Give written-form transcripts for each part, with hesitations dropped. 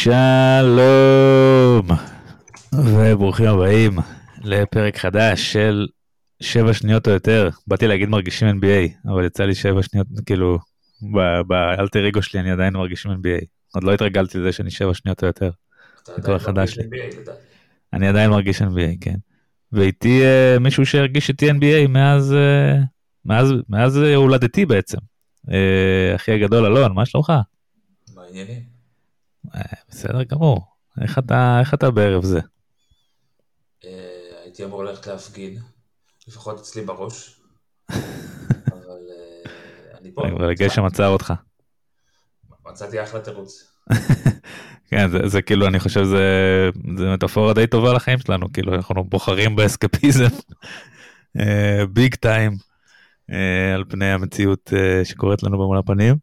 שלום וברוכים הבאים לפרק חדש של 7 שניות או יותר. באתי להגיד מרגישים NBA, אבל יצא לי 7 שניות, כאילו באלטר אגו שלי אני עדיין מרגישים NBA. עוד לא התרגלתי לזה שאני 7 שניות או יותר. אתה עדיין מרגיש NBA, לדעתי. אני עדיין מרגיש NBA, כן. ואיתי מישהו שהרגיש איתי NBA מאז הולדתי בעצם. אחי הגדול אלון, מה שלומך? מה העניינים? בסדר גמור. איך אתה בערב זה? הייתי אמור ללכת להפגין, לפחות אצלי בראש, אבל אני פה. אבל הגשם עצר אותך. מצאתי אחלה תירוץ. כן, זה כאילו, אני חושב זה מטאפורה די טובה לחיים שלנו, כאילו אנחנו בוחרים באסקפיזם, ביג טיים, על פני המציאות שקורית לנו במול הפנים.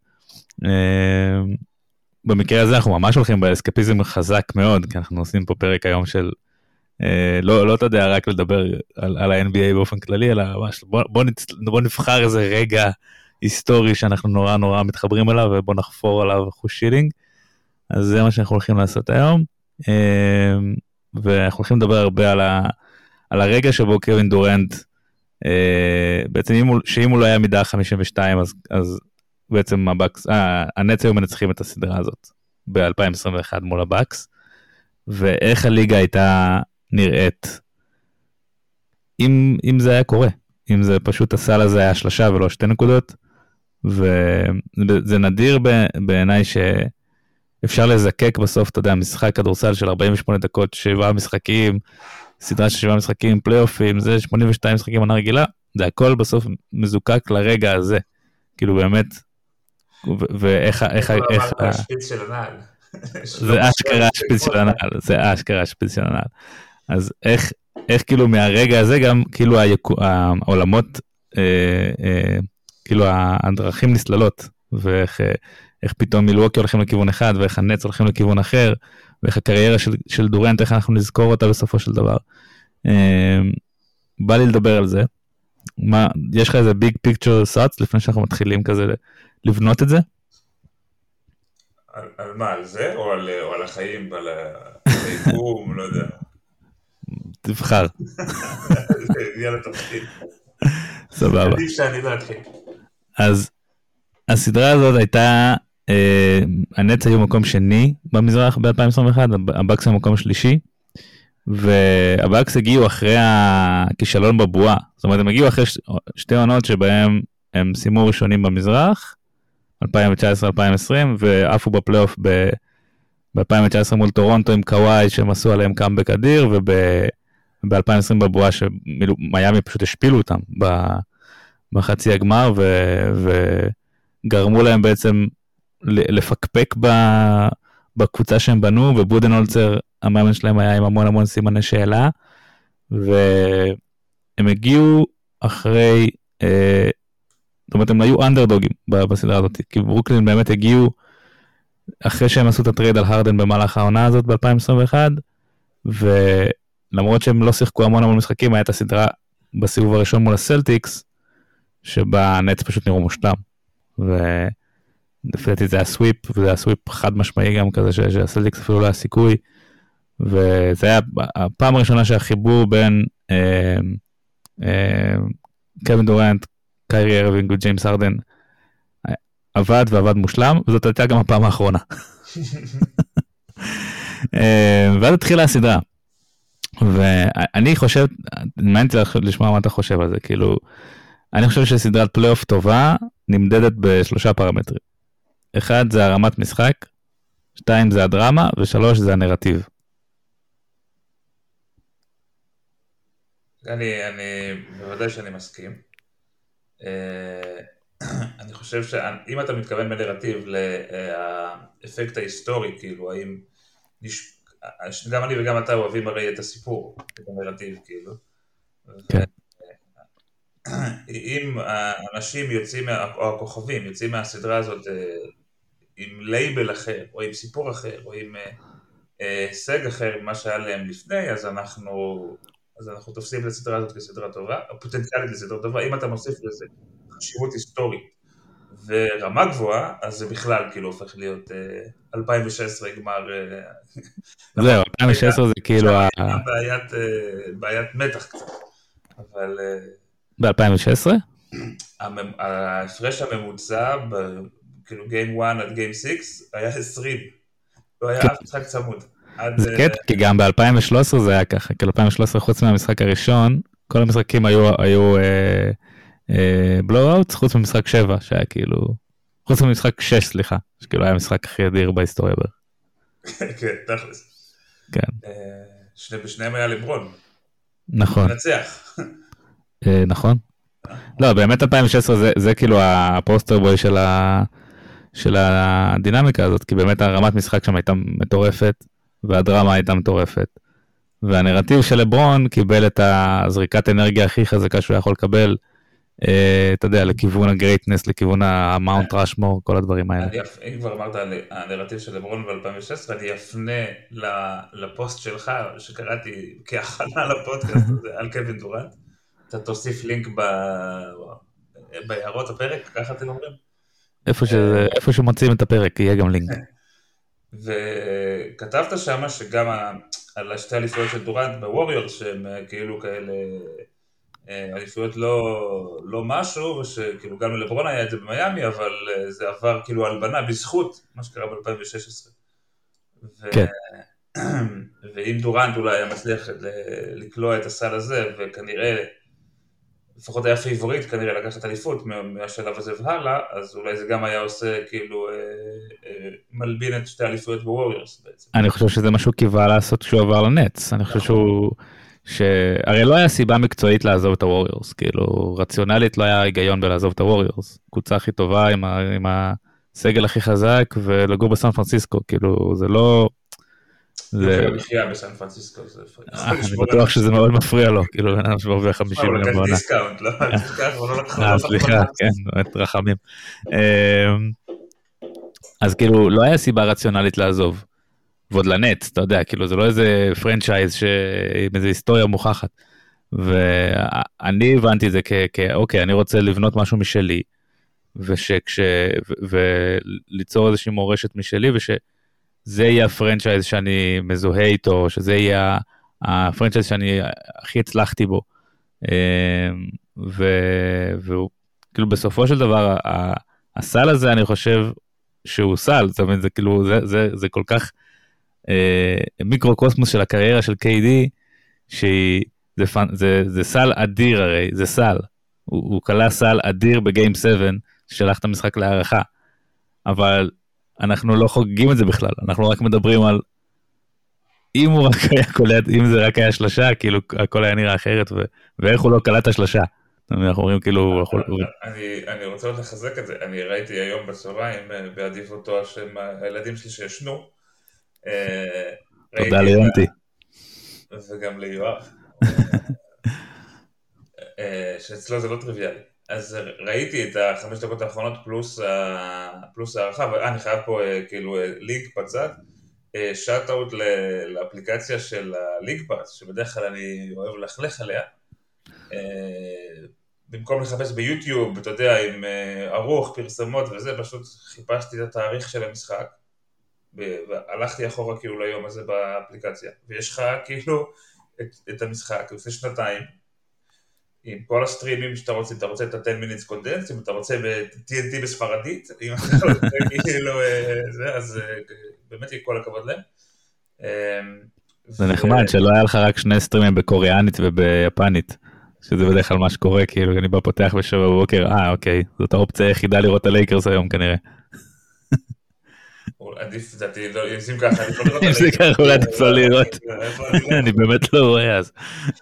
במקרה הזה אנחנו ממש הולכים באסקפיזם חזק מאוד, כי אנחנו עושים פה פרק היום של, לא אתה יודע, רק לדבר על ה-NBA באופן כללי, אלא בוא נבחר איזה רגע היסטורי שאנחנו נורא נורא מתחברים אליו, ובוא נחפור עליו חוש שילינג. אז זה מה שאנחנו הולכים לעשות היום, ואנחנו הולכים לדבר הרבה על הרגע שבו קווין דורנט, בעצם שאם הוא לא היה מידה 52, אז בעצם הנץ היו מנצחים את הסדרה הזאת ב-2021 מול הבקס, ואיך הליגה הייתה נראית אם זה היה קורה, אם זה פשוט הסל הזה היה שלושה ולא 2 נקודות, וזה נדיר בעיניי שאפשר לזקק בסוף, אתה יודע, משחק כדורסל של 48 דקות, 7 משחקים, סדרה של 7 משחקים, פלייאופים, זה 82 משחקים עונה רגילה, זה הכל בסוף מזוקק לרגע הזה, כאילו באמת, ואיך השפיץ של הנעל. זה אשכרה השפיץ של הנעל, זה אשכרה השפיץ של הנעל. אז איך כאילו מהרגע הזה גם כאילו העולמות, כאילו הדרכים נסללות, ואיך פתאום מילווקי הולכים לכיוון אחד, ואיך הנץ הולכים לכיוון אחר, ואיך הקריירה של דורנט, איך אנחנו נזכור אותה בסופו של דבר. בא לי לדבר על זה. יש לך איזה ביג פיקצ'ר סאץ, לפני שאנחנו מתחילים כזה לבנות את זה? על מה, על זה? או על החיים, על היקום, לא יודע. תבחר. יאללה תתחיל. סבבה. עדיף שאני לא אתחיל. אז הסדרה הזאת הייתה, הנץ היו מקום שני במזרח ב-2021, הבקס היו מקום שלישי, והבקס הגיעו אחרי הכישלון בבועה, זאת אומרת הם הגיעו אחרי 2 עונות שבהם הם סיימו ראשונים במזרח, 2019-2020, ועפו בפלייאוף ב-2019 מול טורונטו עם קוואי שהם עשו עליהם קאמבק אדיר, וב-2020 בבועה שמיימי פשוט השפילו אותם בחצי הגמר, וגרמו להם בעצם לפקפק בקבוצה שהם בנו, ובודנהולצר, המאמן שלהם היה עם המון המון סימני שאלה, והם הגיעו אחרי, זאת אומרת הם היו אנדרדוגים בסדרה הזאת, כי ברוקלין באמת הגיעו אחרי שהם עשו את הטרייד על הרדן במהלך העונה הזאת ב-2021, ולמרות שהם לא שיחקו המון המון משחקים, הייתה הסדרה בסיבוב הראשון מול הסלטיקס, שבה הנץ פשוט נראו מושלם, ולפי זה היה סוויפ, וזה היה סוויפ חד משמעי גם כזה, שהסלטיקס אפילו לא היה סיכוי, וזה היה הפעם הראשונה שהחיבור בין קווין דורנט, קיירי ארווינג וג'יימס הרדן, עבד מושלם, וזאת הייתה גם הפעם האחרונה. ואז התחילה הסדרה, ואני חושב, מעניין אותי לשמוע מה אתה חושב על זה, כאילו, אני חושב שסדרת פלייאוף טובה נמדדת ב3 פרמטרים. 1 זה הרמת משחק, 2 זה הדרמה, ו3 זה הנרטיב. בוודאי שאני מסכים. אני חושב שאם אתה מתכוון בנרטיב לאפקט ההיסטורי, כאילו, האם גם אני וגם אתה אוהבים הרי את הסיפור, את הנרטיב, כאילו. כן. אם האנשים יוצאים, או הכוכבים יוצאים מהסדרה הזאת עם לייבל אחר, או עם סיפור אחר, או עם הישג אחר ממה שהיה להם לפני, אז אנחנו תופסים את הסדרה הזאת כסדרה טובה, או פוטנציאלית לסדרה טובה. אם אתה מוסיף לזה חשיבות היסטורית, ורמה גבוהה, אז זה בכלל כאילו הופך להיות 2016 גמר, זהו, נכון, 2016 זה כאילו שם היה בעיית מתח קצת, אבל ב-2016? ההפרש הממוצע, כאילו Game 1 עד Game 6 היה 20, לא היה כן, אף משחק צמוד. זה קטע, כי גם ב-2013 זה היה ככה, כאילו 2013 חוץ מהמשחק הראשון, כל המשחקים היו בלואו-אוט, חוץ ממשחק 7, שהיה כאילו, חוץ ממשחק 6, סליחה, שכאילו היה המשחק הכי אדיר בהיסטוריה בערך. כן, תכלס. כן. בשניהם היה לברון. נכון. מנצח. נכון. לא, באמת 2016 זה כאילו הפוסטר בוי של הדינמיקה הזאת, כי באמת הרמת משחק שם הייתה מטורפת, והדרמה הייתה מטורפת. והנרטיב של לברון קיבל את הזריקת אנרגיה הכי חזקה שהוא יכול לקבל, אתה יודע, לכיוון הגרייטנס, לכיוון המאונט ראשמור, כל הדברים האלה. אם כבר אמרת על הנרטיב של לברון ב-2016, אני אפנה לפוסט שלך, שקראתי כהכנה לפודקאסט הזה, על קווין דורנט. אתה תוסיף לינק בהערות הפרק, ככה אתם אומרים? איפה שמוצאים את הפרק, יהיה גם לינק. וכתבת שמה שגם על השתי אליפויות של דורנט בווריורס, שהם כאילו כאלה אליפויות לא משהו, ושכאילו גם לברון היה את זה במיימי, אבל זה עבר כאילו הלבנה בזכות מה שקרה ב-2016. כן. ואם דורנט אולי היה מצליח לקלוע את הסל הזה, וכנראה, לפחות היה פייבוריט כנראה לקחת אליפות מהשלב הזה והלאה, אז אולי זה גם היה עושה כאילו מלבין את שתי אליפויות בווריורס בעצם. אני חושב שזה משהו קיווה לעשות כשהוא עבר לנץ, אני חושב הרי לא היה סיבה מקצועית לעזוב את הווריורס, כאילו רציונלית לא היה היגיון בלעזוב את הווריורס, קבוצה הכי טובה עם הסגל הכי חזק ולגור בסן פרנסיסקו, כאילו זה לא... יוקר המחיה בסן פרנסיסקו, אני בטוח שזה מאוד מפריע לו, כאילו אני מרוויח 50 מיליון בעונה. דיסקאונט, לא? סליחה, כן, באמת רחמים. אז כאילו לא היה סיבה רציונלית לעזוב. ועוד לנץ, אתה יודע, כאילו זה לא איזה פרנצ'ייז עם איזו היסטוריה מוכחת. ואני הבנתי את זה אוקיי, אני רוצה לבנות משהו משלי, וליצור איזושהי מורשת משלי, ושזה יהיה הפרנצ'ייז שאני מזוהה איתו, שזה יהיה הפרנצ'ייז שאני הכי הצלחתי בו. וכאילו בסופו של דבר, הסל הזה אני חושב שהוא סל, זאת אומרת, זה כאילו, זה כל כך, מיקרו-קוסמוס של הקריירה של KD, שזה סל אדיר הרי, זה סל, הוא קלה סל אדיר בגיים 7, ששלח את המשחק להערכה, אבל אנחנו לא חוגגים את זה בכלל, אנחנו רק מדברים על, אם הוא רק היה קולט, אם זה רק היה שלושה, כאילו הכל היה נראה אחרת, ואיך הוא לא קלט השלושה, אנחנו אומרים כאילו, אני רוצה עוד לחזק את זה, אני ראיתי היום בצהריים, בעדיפותו של הילדים שלי שישנו, תודה ליונתי. וגם ליואב, שאצלו זה לא טריוויאלי. אז ראיתי את ה5 דקות האחרונות פלוס הערכה, ואני חייב פה כאילו לינק בצד, שאט-אוט לאפליקציה של הלינק פאס, שבדרך כלל אני אוהב להחלך עליה, במקום לחפש ביוטיוב, אתה יודע, עם ערוך, פרסמות וזה, פשוט חיפשתי את התאריך של המשחק, והלכתי אחורה כאילו ליום הזה באפליקציה, ויש לך כאילו את המשחק לפני שנתיים, עם כל הסטרימים שאתה רוצה, אם אתה רוצה את ה-10 minutes condensed, אם אתה רוצה ב-TNT בספרדית, אם אתה רוצה כאילו זה, אז באמת כל הכבוד להם. זה נחמד שלא היה לך רק שני סטרימים בקוריאנית וביפנית, שזה בדרך כלל מה שקורה, כאילו אני בא פותח בשבוע בבוקר, אוקיי, זאת האופציה היחידה לראות את הלייקרס היום כנראה. עדיף, דעתי, אם ככה, אני לא לראות אם זה ככה, אולי עדיף לא לראות. אני באמת לא רואה אז.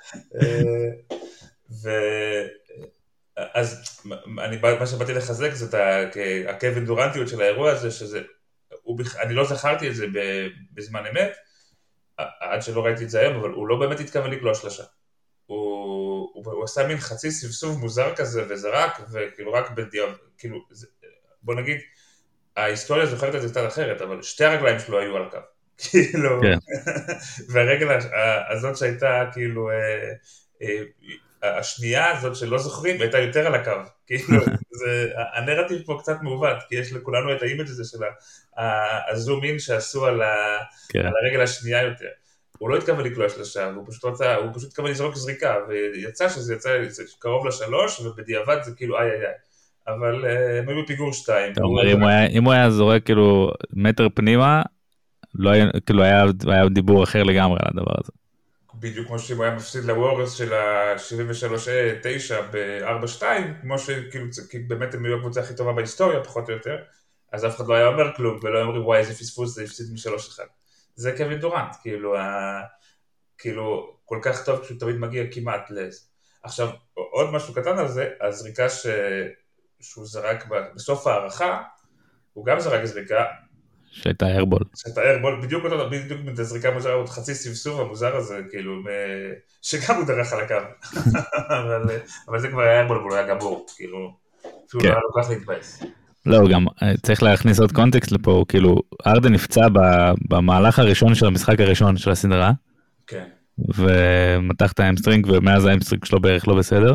אז מה שבאתי לחזק זה הקווין דורנטיות של האירוע הזה, שזה, אני לא זכרתי את זה בזמן אמת, עד שלא ראיתי את זה היום, אבל הוא לא באמת התכוון לקלוע שלושה. הוא עשה מין חצי סבסוב מוזר כזה וזרק, וכאילו רק בדיוק, כאילו, בוא נגיד, ההיסטוריה זוכרת את זה קצת אחרת, אבל שתי הרגליים שלו היו על הקו, כאילו, והרגל הזאת שהייתה כאילו השנייה הזאת שלא זוכרים, הייתה יותר על הקו. כאילו, הנרטיב פה קצת מעוות, כי יש לכולנו את האימג' הזה של הזום אין שעשו על הרגל השנייה יותר. הוא לא התכוון לקלוע שלושה, הוא פשוט התכוון לזרוק זריקה, ויצא שזה יצא קרוב לשלוש, ובדיעבד זה כאילו איי. אבל הם היו בפיגור 2. אתה אומר, אם הוא היה זורק כאילו מטר פנימה, כאילו היה דיבור אחר לגמרי על הדבר הזה. בדיוק כמו שאם הוא היה מפסיד לוורס של ה-73-9 ב-4-2, כמו שכאילו באמת הם היו הקבוצה הכי טובה בהיסטוריה, פחות או יותר, אז אף אחד לא היה אומר כלום, ולא אומרים וואי איזה פספוס, זה הפסיד מ-3-1. זה קווין דורנט, כאילו כל כך טוב כשהוא תמיד מגיע כמעט לזה. עכשיו, עוד משהו קטן על זה, הזריקה שהוא זרק בסוף הערכה, הוא גם זרק זריקה, שהייתה איירבול. בדיוק את הזריקה מוזרה, עוד חצי סבסוב המוזר הזה, כאילו, שגם הוא דרך על הקו. אבל זה כבר היה איירבול, והוא היה גבור, כאילו, אפילו לא היה לו כך להתבאס. לא, גם צריך להכניס עוד קונטקסט לפה, כאילו, ארדן נפצע במהלך הראשון של המשחק הראשון של הסדרה, כן. ומתח את האמסטרינג, ומאז האמסטרינג שלו בערך לא בסדר,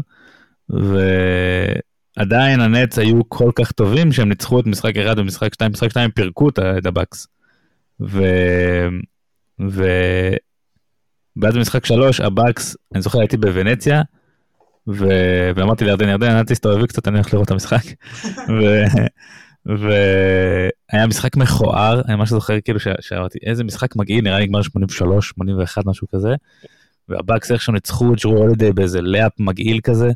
עדיין הנץ היו כל כך טובים שהם ניצחו את משחק 1 ומשחק 2, משחק 2 פירקו את הבקס. ואז במשחק 3 הבקס, אני זוכר הייתי בוונציה, ואמרתי לירדן, אל תסתובבי קצת, אני הולך לראות את המשחק. והיה משחק מכוער, אני ממש זוכר כאילו שאמרתי, איזה משחק מגעיל, נראה לי נגמר 83, 81, משהו כזה, והבקס איכשהו ניצחו את ג'רו הולידיי באיזה לאפ מגעיל כזה,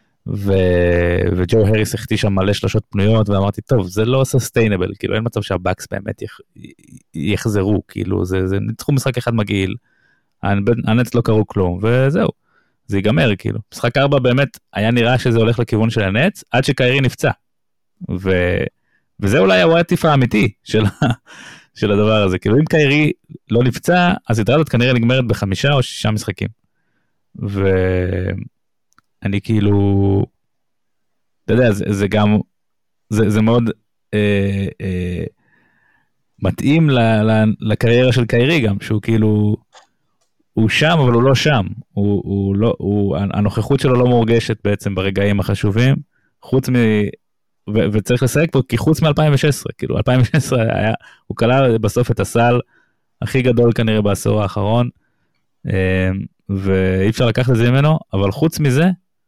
וג'ו הריס החטיא שם מלא שלושות פנויות, ואמרתי, טוב, זה לא ססטיינבל, כאילו אין מצב שהבקס באמת יחזרו, כאילו זה ניצחו משחק אחד מגעיל, הנץ לא קראו כלום, וזהו, זה ייגמר, כאילו. משחק 4 באמת היה נראה שזה הולך לכיוון של הנץ, עד שקיירי נפצע, וזה אולי הוואטיף האמיתי של הדבר הזה, כאילו אם קיירי לא נפצע, אז הסדרה הזאת כנראה נגמרת ב5 או 6 משחקים, אני כאילו, אתה יודע, זה גם, זה מאוד מתאים לקריירה של קיירי גם, שהוא כאילו, הוא שם אבל הוא לא שם, הנוכחות שלו לא מורגשת בעצם ברגעים החשובים, חוץ וצריך לסייג פה, כי חוץ מ-2016, כאילו 2016 היה, הוא קלע בסוף את הסל הכי גדול כנראה בעשור האחרון, ואי אפשר לקחת את זה ממנו, אבל חוץ מזה,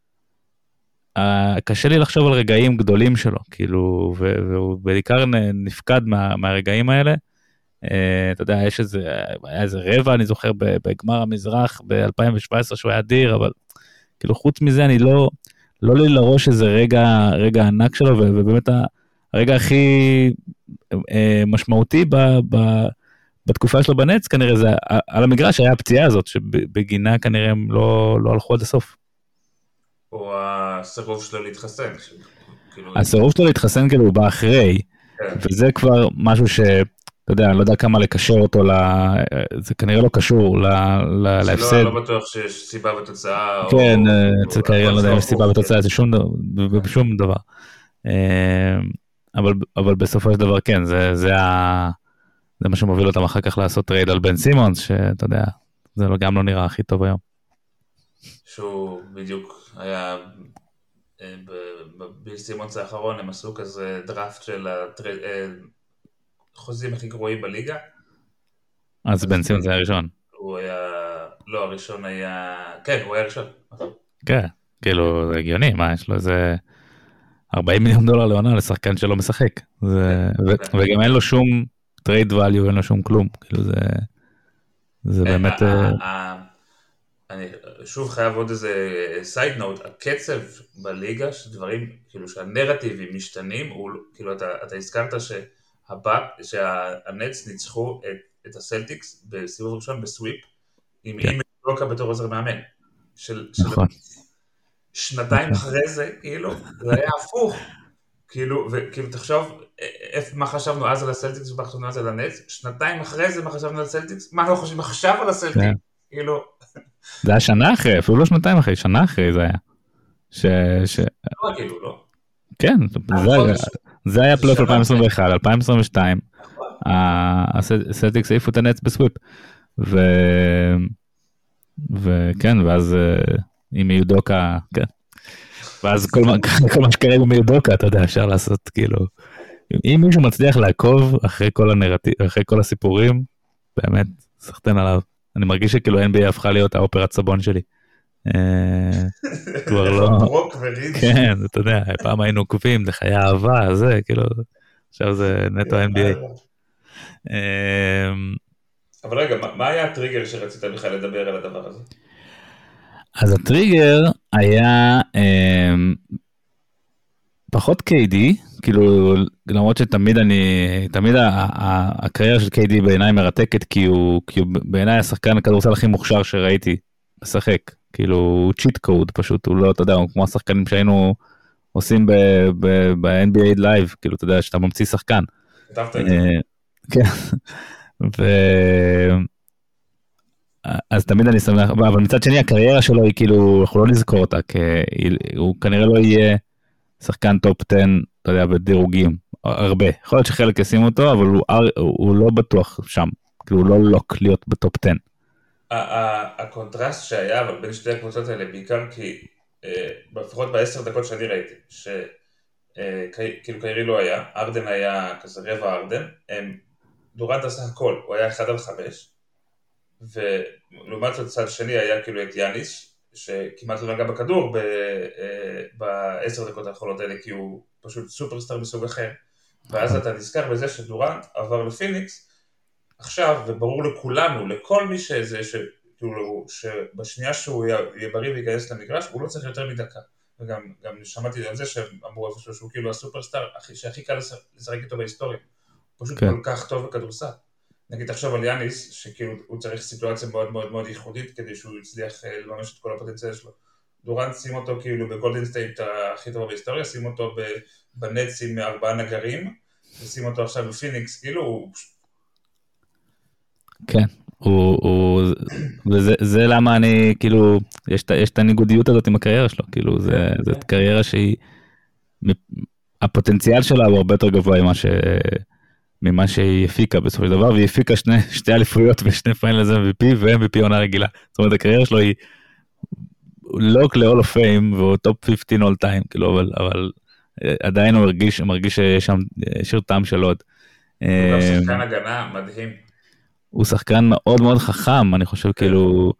קשה לי לחשוב על רגעים גדולים שלו, כאילו, והוא בעיקר נפקד מהרגעים האלה, אתה יודע, היה איזה רבע, אני זוכר, בגמר המזרח, ב-2017 שהוא היה אדיר, אבל כאילו, חוץ מזה, אני לא לי לראש איזה רגע ענק שלו, ובאמת הרגע הכי משמעותי בתקופה שלו בנץ, כנראה זה, על המגרש היה הפציעה הזאת, שבגינה כנראה הם לא הלכו עד הסוף. או הסירוב שלו להתחסן. הסירוב שלו להתחסן כאילו הוא בא אחרי, וזה כבר משהו שאתה יודע, אני לא יודע כמה לקשר אותו, זה כנראה לא קשור להפסד. לא בטוח שיש סיבה בתוצאה. כן, אצל קיירי אני לא יודע אם יש סיבה בתוצאה, זה שום דבר. אבל בסופו של דבר כן, זה מה שמוביל אותם אחר כך לעשות טרייד על בן סימונס, שאתה יודע, זה גם לא נראה הכי טוב היום. שהוא בדיוק היה בביל סימונס האחרון, הם עשו כזה דראפט של החוזים הכי גרועים בליגה. אז בן סימונס היה ראשון. הוא היה, לא, הראשון היה, כן, הוא היה ראשון. כן, כאילו זה הגיוני, מה יש לו איזה $40 מיליון לעונה לשחקן שלא משחק. וגם אין לו שום טרייד ואליו, אין לו שום כלום. כאילו זה באמת... אני שוב חייב עוד איזה סייד נוט, הקצב בליגה שדברים, כאילו שהנרטיבים משתנים, כאילו אתה הזכרת שהנץ ניצחו את הסלטיקס בסיבוב ראשון בסוויפ, עם אימי לוקה בתור עוזר מאמן. נכון. שנתיים אחרי זה, כאילו, זה היה הפוך. כאילו, וכאילו תחשוב, מה חשבנו אז על הסלטיקס ומה חשבנו אז על הנץ, שנתיים אחרי זה מה חשבנו על הסלטיקס, מה אנחנו חושבים עכשיו על הסלטיקס, כאילו... זה היה שנה אחרי, אפילו לא שנתיים אחרי, שנה אחרי זה היה. לא, כאילו, לא. כן, זה היה פלייאוף 2021, 2022, הסלטיקס העיפו את הנץ בסוויפ, וכן, ואז עם מיודוקה, כן. ואז כל מה שקרה עם מיודוקה, אתה יודע, אפשר לעשות, כאילו, אם מישהו מצליח לעקוב אחרי כל הסיפורים, באמת, סחטן עליו. אני מרגיש שכאילו NBA הפכה להיות האופרת סבון שלי. כבר לא... ברוק ורידג'. כן, אתה יודע, פעם היינו עוקבים לחיי אהבה, זה, כאילו, עכשיו זה נטו NBA. אבל רגע, מה היה הטריגר שרצית בכלל לדבר על הדבר הזה? אז הטריגר היה פחות KD, כאילו למרות שתמיד תמיד הקריירה של KD בעיניי מרתקת, כי הוא בעיניי השחקן הכדורסל הכי מוכשר שראיתי לשחק, כאילו הוא צ'יט קוד פשוט, הוא לא, אתה יודע, הוא כמו השחקנים שהיינו עושים ב-NBA Live, כאילו אתה יודע שאתה ממציא שחקן. כתבת את זה. כן, אז תמיד אני שמח, אבל מצד שני הקריירה שלו היא כאילו, אנחנו לא נזכור אותה, כי הוא כנראה לא יהיה שחקן טופ 10, אתה יודע, בדירוגים, הרבה. יכול להיות שחלק ישים אותו, אבל הוא לא בטוח שם, כאילו הוא לא לוק להיות בטופ 10. הקונטרסט שהיה, אבל בין שתי הקבוצות האלה, בעיקר כי, לפחות ב10 דקות שאני ראיתי, שכאילו קיירי לא היה, ארדן היה כזה רבע ארדן, דורנט עשה הכל, הוא היה 1-5, ולעומת זאת צד שני היה כאילו את יאניס, שכמעט לא נגע בכדור ב10 דקות האחרונות האלה, כי הוא פשוט סופרסטאר מסוג אחר, ואז אתה נזכר בזה שדורנט עבר לפיניקס, עכשיו, וברור לכולנו, לכל מי שבשנייה שהוא יהיה בריא וייכנס למגרש, הוא לא צריך יותר מדקה. וגם שמעתי על זה שאמרו איפשהו שהוא כאילו הסופרסטאר שהכי קל לשחק איתו בהיסטוריה. הוא פשוט כל כך טוב בכדורסל. נגיד תחשוב על יאניס, שכאילו הוא צריך סיטואציה מאוד מאוד מאוד ייחודית, כדי שהוא יצליח לממש את כל הפוטנציאל שלו. דורנט שים אותו כאילו בגולדן סטייט הכי טובה בהיסטוריה, שים אותו בנץ עם 4 נגרים, ושים אותו עכשיו בפיניקס, כאילו הוא... כן, וזה למה אני, כאילו, יש את הניגודיות הזאת עם הקריירה שלו, כאילו, זאת קריירה שהיא, הפוטנציאל שלה הוא הרבה יותר גבוה ממה שהיא הפיקה בסופו של דבר, והיא הפיקה שתי אליפויות ושני פיינלס MVP ו-MVP עונה רגילה. זאת אומרת, הקריירה שלו היא לא ל-Hall of Fame, והוא טופ 15 all time, כאילו, אבל עדיין הוא מרגיש שיש שם שיר טעם של עוד. הוא גם שחקן הגנה מדהים. הוא שחקן מאוד מאוד חכם, אני חושב, כאילו,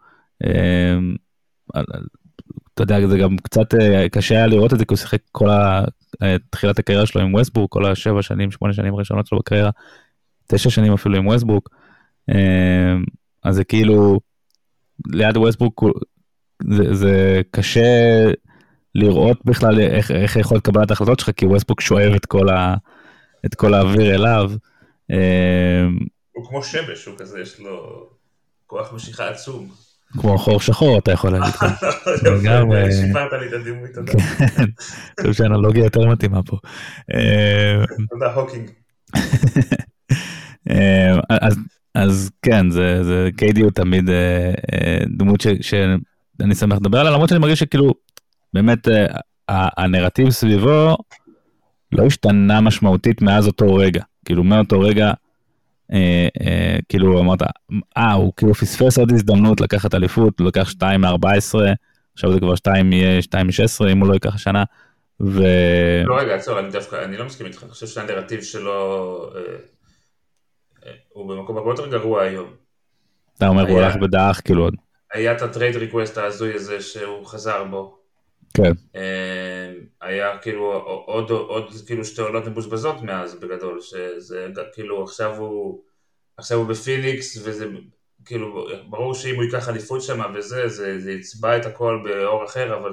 אתה יודע, זה גם קצת קשה היה לראות את זה, כי הוא שיחק כל תחילת הקריירה שלו עם ווסטברוק, כל 7 שנים, 8 שנים ראשונות שלו בקריירה, 9 שנים אפילו עם ווסטברוק, אז זה כאילו, ליד ווסטברוק, זה קשה לראות בכלל איך יכול לקבל את ההחלטות שלך, כי ווסטברוק שואב את כל האוויר אליו. הוא כמו שמש, הוא כזה, יש לו כוח משיכה עצום. כמו חור שחור, אתה יכול להגיד. שיפרת לי את הדימוי, תודה. כן, אני חושב שהאנלוגיה יותר מתאימה פה. תודה, הוקינג. אז כן, קיידי הוא תמיד דמות שאני שמח לדבר עליה, למרות שאני מרגיש שכאילו, באמת הנרטיב סביבו לא השתנה משמעותית מאז אותו רגע. כאילו מאותו רגע, כאילו אמרת, הוא כאילו פספס עוד הזדמנות לקחת אליפות, הוא לקח 2 מ-14, עכשיו זה כבר 2 מ-16, אם הוא לא ייקח השנה, לא רגע, עצור, אני לא מסכים איתך, אני חושב שהנרטיב שלו, הוא במקום הרבה יותר גרוע היום. אתה אומר, הוא הלך בדרך, כאילו עוד. היה את הטרייד ריקווסט ההזוי הזה שהוא חזר בו. כן. היה כאילו עוד כאילו 2 עונות מבוזבזות מאז בגדול, שזה כאילו עכשיו הוא בפיניקס, וזה כאילו ברור שאם הוא ייקח אליפות שם וזה, זה יצבע את הכל באור אחר, אבל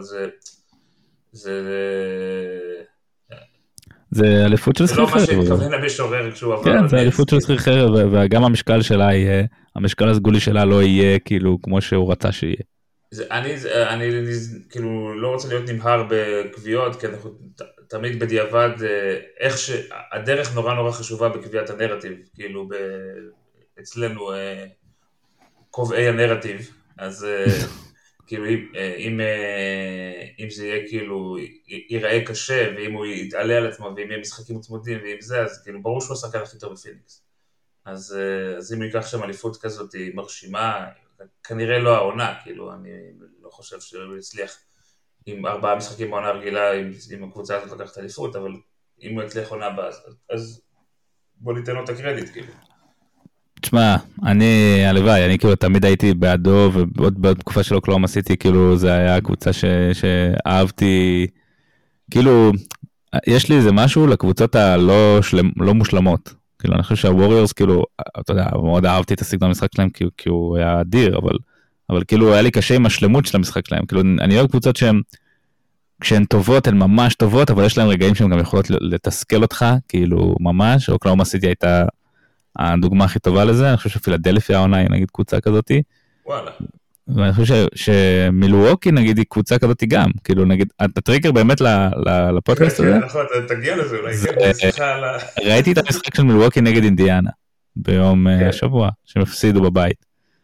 זה אליפות של שכיר חרב. זה לא מה שהתכוון המשורר כשהוא עבר. כן, זה אליפות של שכיר חרב, וגם המשקל שלה יהיה, המשקל הסגולי שלה לא יהיה כאילו כמו שהוא רצה שיהיה. אני כאילו לא רוצה להיות נמהר בקביעות, כי אנחנו תמיד בדיעבד, איך שהדרך נורא נורא חשובה בקביעת הנרטיב, כאילו אצלנו קובעי הנרטיב, אז כאילו אם זה יהיה כאילו, ייראה קשה, ואם הוא יתעלה על עצמו, ואם יהיה משחקים צמודים, ואם זה, אז כאילו ברור שהוא השחקן הכי טוב בפיניקס. אז אם הוא ייקח שם אליפות כזאת, היא מרשימה, כנראה לא העונה, כאילו, אני לא חושב שהוא יצליח עם 4 משחקים בעונה רגילה, עם הקבוצה הזאת לקחת אליפות, אבל אם הוא יצליח עונה הבאה, אז בוא ניתן לו את הקרדיט, כאילו. תשמע, הלוואי, אני כאילו תמיד הייתי בעדו, ועוד בתקופה של אוקלאומה סיטי, כאילו זה היה הקבוצה שאהבתי, כאילו, יש לי איזה משהו לקבוצות לא מושלמות. כאילו, אני חושב שהווריורס, כאילו, אתה יודע, מאוד אהבתי את הסגנון המשחק שלהם, כי הוא היה אדיר, אבל כאילו, היה לי קשה עם השלמות של המשחק שלהם. כאילו, אני אוהב קבוצות כשהן טובות, הן ממש טובות, אבל יש להן רגעים שהן גם יכולות לתסכל אותך, כאילו, ממש. אוקלאומה סיטי הייתה הדוגמה הכי טובה לזה. אני חושב שפילדלפיה העונה היא, נגיד, קבוצה כזאתי. וואלה. ואני חושב שמילווקי נגיד היא קבוצה כזאת גם, כאילו נגיד, אתה טריקר באמת לפודקאסט הזה? נכון, תגיע לזה אולי, ראיתי את המשחק של מילווקי נגד אינדיאנה, ביום השבוע, שהם הפסידו בבית,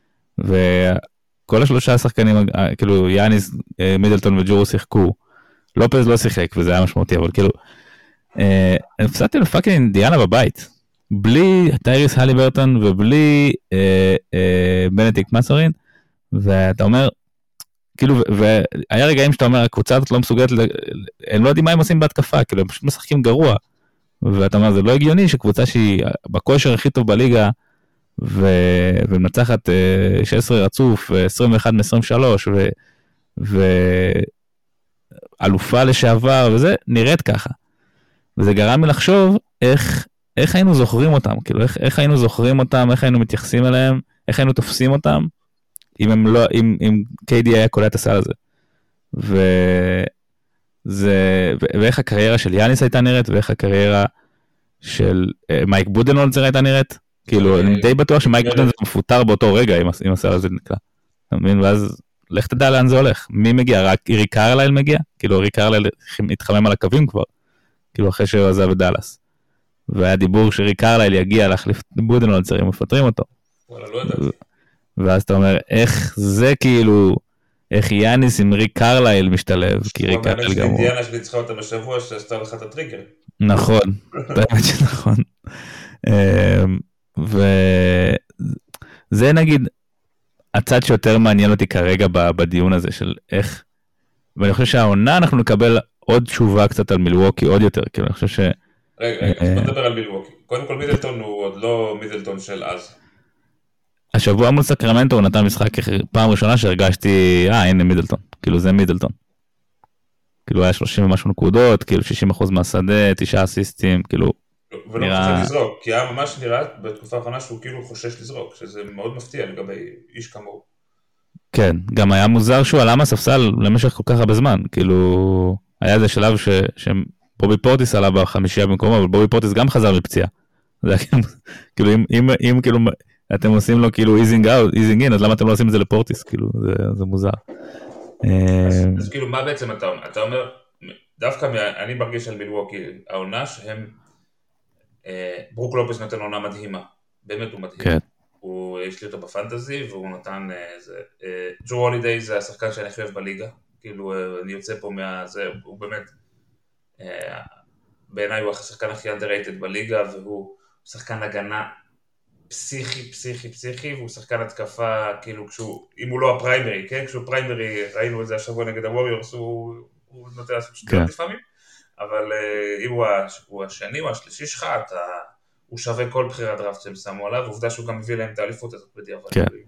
וכל השלושה השחקנים, כאילו יאניס, מידלטון וג'ורו שיחקו, לופז לא שיחק וזה היה משמעותי, אבל כאילו, הפסדתי לפאקינג אינדיאנה בבית, בלי טייריס הליברטון ובלי בנדיקט מסרין, ואתה אומר, כאילו, והיה רגעים שאתה אומר, הקבוצה הזאת לא מסוגלת, הם לא יודעים מה הם עושים בהתקפה, כאילו, הם פשוט משחקים גרוע, ואתה אומר, זה לא הגיוני שקבוצה שהיא בכושר הכי טוב בליגה, ומנצחת 16 רצוף, 21 מ-23, ואלופה לשעבר, וזה נראית ככה. וזה גרם לי לחשוב איך היינו זוכרים אותם, כאילו, איך היינו זוכרים אותם, איך היינו מתייחסים אליהם, איך היינו תופסים אותם, אם KD היה קולע את הסל הזה. ואיך הקריירה של יאניס הייתה נראית, ואיך הקריירה של מייק בודנהולצר הייתה נראית, כאילו אני די בטוח שמייק בודנהולצר מפוטר באותו רגע, אם הסל הזה נקרא. אתה מבין? ואז לך תדע לאן זה הולך. מי מגיע? רק ריק קרלייל מגיע? כאילו ריק קרלייל התחמם על הקווים כבר, כאילו אחרי שהוא עזב את דאלאס. והיה דיבור שריק קרלייל יגיע להחליף בודנהולצר, אם מפטרים אותו. וואלה, לא ידעתי. ואז אתה אומר, איך זה כאילו, איך יאניס עם ריק קרלייל משתלב, כי ריק קרלייל גם הוא. אינדיאנה שלי צריכה אותה בשבוע שעשתה לך את הטריגר. נכון, באמת שנכון. וזה נגיד, הצד שיותר מעניין אותי כרגע בדיון הזה של איך, ואני חושב שהעונה אנחנו נקבל עוד תשובה קצת על מילווקי, עוד יותר, כאילו אני חושב ש... רגע, בוא נדבר על מילווקי. קודם כל מידלטון הוא עוד לא מידלטון של אז. השבוע מול סקרמנטו הוא נתן משחק פעם ראשונה שהרגשתי, הנה מידלטון, כאילו זה מידלטון. כאילו היה 30 ומשהו נקודות, כאילו 60% מהשדה, 9 אסיסטים, כאילו... ולא חושב לזרוק, כי היה ממש נראה בתקופה האחרונה שהוא כאילו חושש לזרוק, שזה מאוד מפתיע לגבי איש כמוהו. כן, גם היה מוזר שהוא עלה מהספסל למשך כל כך הרבה זמן, כאילו... היה איזה שלב שבובי פורטיס עלה בחמישייה במקומו, אבל בובי פורטיס גם חזר מפציעה. זה היה כאילו, אם כאילו... אתם עושים לו כאילו איזינג אאוט, איזינג אין, אז למה אתם לא עושים את זה לפורטיס? כאילו, זה מוזר. אז כאילו, מה בעצם אתה אומר? אתה אומר, דווקא אני מרגיש על מילווקי, העונה שהם, ברוק לופס נותן עונה מדהימה, באמת הוא מדהים. כן. יש לי אותו בפנטזי, והוא נתן, ג'ו הולידיי זה השחקן שאני חייב בליגה, כאילו, אני יוצא פה זה, הוא באמת, בעיניי הוא השחקן הכי underrated בליגה, והוא שחקן הגנה, פסיכי, והוא שחקן התקפה, כאילו אם הוא לא הפריימרי, כן? כשהוא פריימרי, ראינו את זה השבוע נגד הווריורס, הוא נותן לעשות שטויות לפעמים, אבל אם הוא השני או השלישי שלך, הוא שווה כל בחירת דראפט שהם שמו עליו, ועובדה שהוא גם מביא להם את האליפות הזאת בדיעבד.